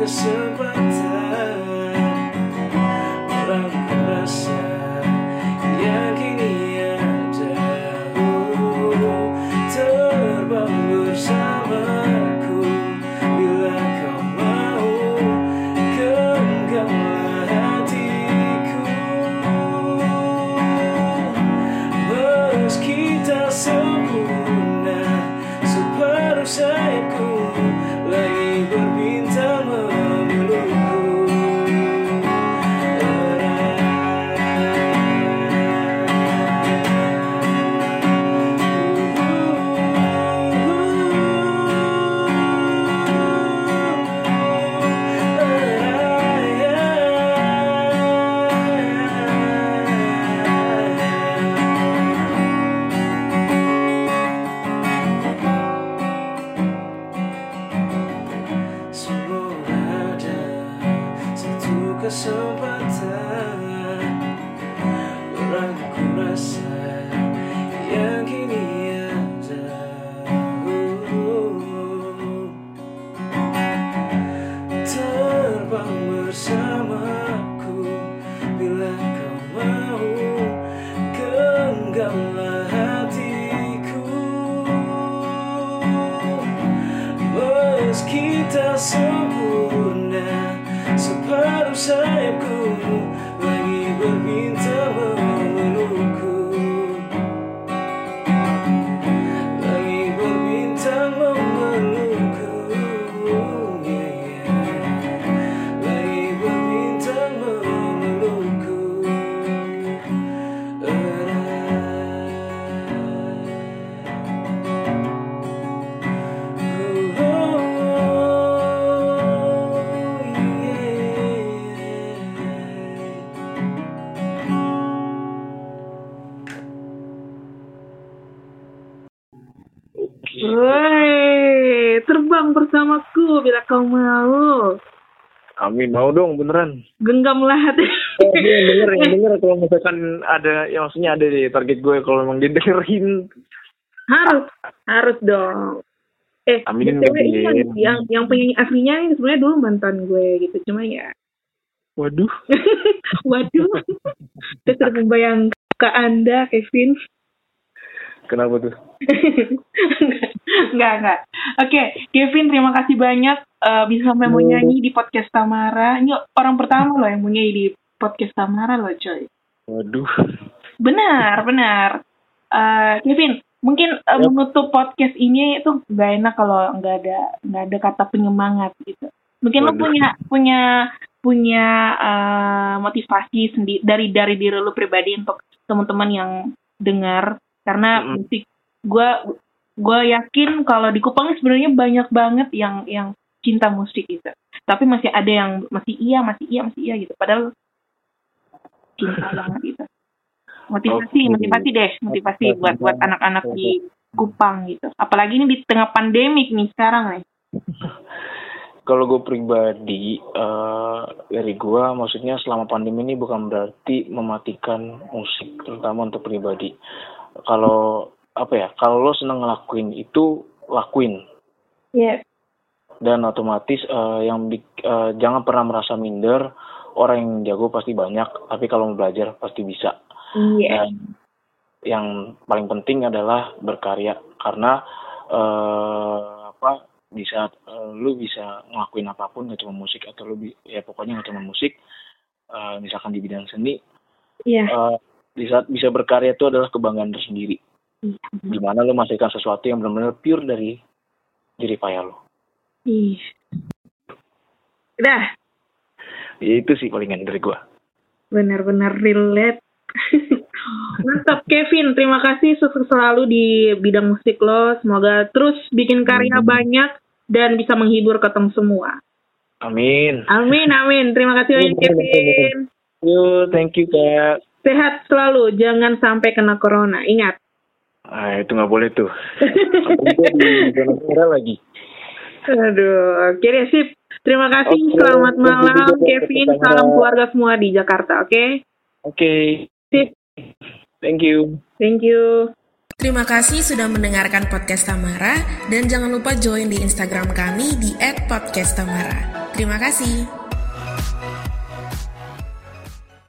kesempatan merangkum rasa yang kini ada. Oh, terbang bersamaku bila kau mau, genggamlah hatiku. Meski tak sempurna separuh sayapku, lagi berbintang memelukku. Semoga ada satu kesempatan merangkum rasa yang kini ada. Terbang bersamaku bila kau mau, genggamlah hatiku. Meski tak sempurna separuh sayapku, lagi berbintang memelukku. Lagi berbintang memelukku. Yeah, yeah. Lagi berbintang memelukku. Oh, oh, Woi, terbang bersamaku bila kau mau. Amin, mau dong beneran. Genggamlah hati. Oh, dia yang denger, yang denger kalau misalkan ada, ya maksudnya ada di target gue kalau memang dia dengerin. Harus, harus dong. Eh, Aminin, B T W ini yang, aminin. yang yang penyanyi aslinya ini sebenarnya dulu mantan gue gitu, cuma ya. Waduh. Waduh. Saya sudah membayangkan ke Anda, Kevin. Kenapa tuh? Enggak, enggak. Oke, Kevin, terima kasih banyak uh, bisa sampai mau nyanyi di podcast Tamara. Ini orang pertama loh yang mau nyanyi di podcast Tamara loh, coy. Waduh. Benar, benar. Uh, Kevin, mungkin uh, Yep. menutup podcast ini itu nggak enak kalau nggak ada nggak ada kata penyemangat gitu. Mungkin lo Waduh. punya punya punya uh, motivasi sendiri dari dari diri lo pribadi untuk teman-teman yang dengar, karena Mm-mm. musik gue gue yakin kalau di Kupang sebenarnya banyak banget yang yang cinta musik gitu. Tapi masih ada yang masih iya masih iya masih iya gitu. Padahal cinta banget gitu. Motivasi, Oke. motivasi deh, motivasi buat buat anak-anak di Kupang gitu. Apalagi ini di tengah pandemik nih sekarang nih. Kalau gue pribadi, eh, dari gue, maksudnya selama pandemi ini bukan berarti mematikan musik, terutama untuk pribadi. Kalau apa ya, kalau lo seneng ngelakuin itu, lakuin. Yes. Dan otomatis eh, yang di- eh, jangan pernah merasa minder. Orang yang jago pasti banyak, tapi kalau mau belajar pasti bisa. Iya. Dan yang paling penting adalah berkarya, karena eh, apa di saat eh, lu bisa ngelakuin apapun, nggak cuma musik, atau lu bi- ya pokoknya nggak cuma musik, eh, misalkan di bidang seni, Iya. eh, di saat bisa berkarya itu adalah kebanggaan tersendiri, Iya. di mana lu menghasilkan sesuatu yang benar-benar pure dari diri payah lu. Ih. Udah, Ya, itu sih palingan dari gua. benar-benar relate. Mantap, Kevin. Terima kasih sukses selalu di bidang musik lo. Semoga terus bikin karya Hmm. banyak dan bisa menghibur ketemu semua. Amin. Amin, amin. Terima kasih banyak, Kevin. Yo, thank you Kak. Sehat selalu, jangan sampai kena corona. Ingat. Ah, itu nggak boleh tuh. Apalagi gua di zona merah lagi. Aduh, oke deh, sip. Terima kasih. Oke, Selamat thank you malam, juga, Kevin. Kak. Salam keluarga semua di Jakarta, oke? Oke. Sip. Thank you. Thank you. Terima kasih sudah mendengarkan podcast Tamara dan jangan lupa join di Instagram kami di et podcast tamara. Terima kasih.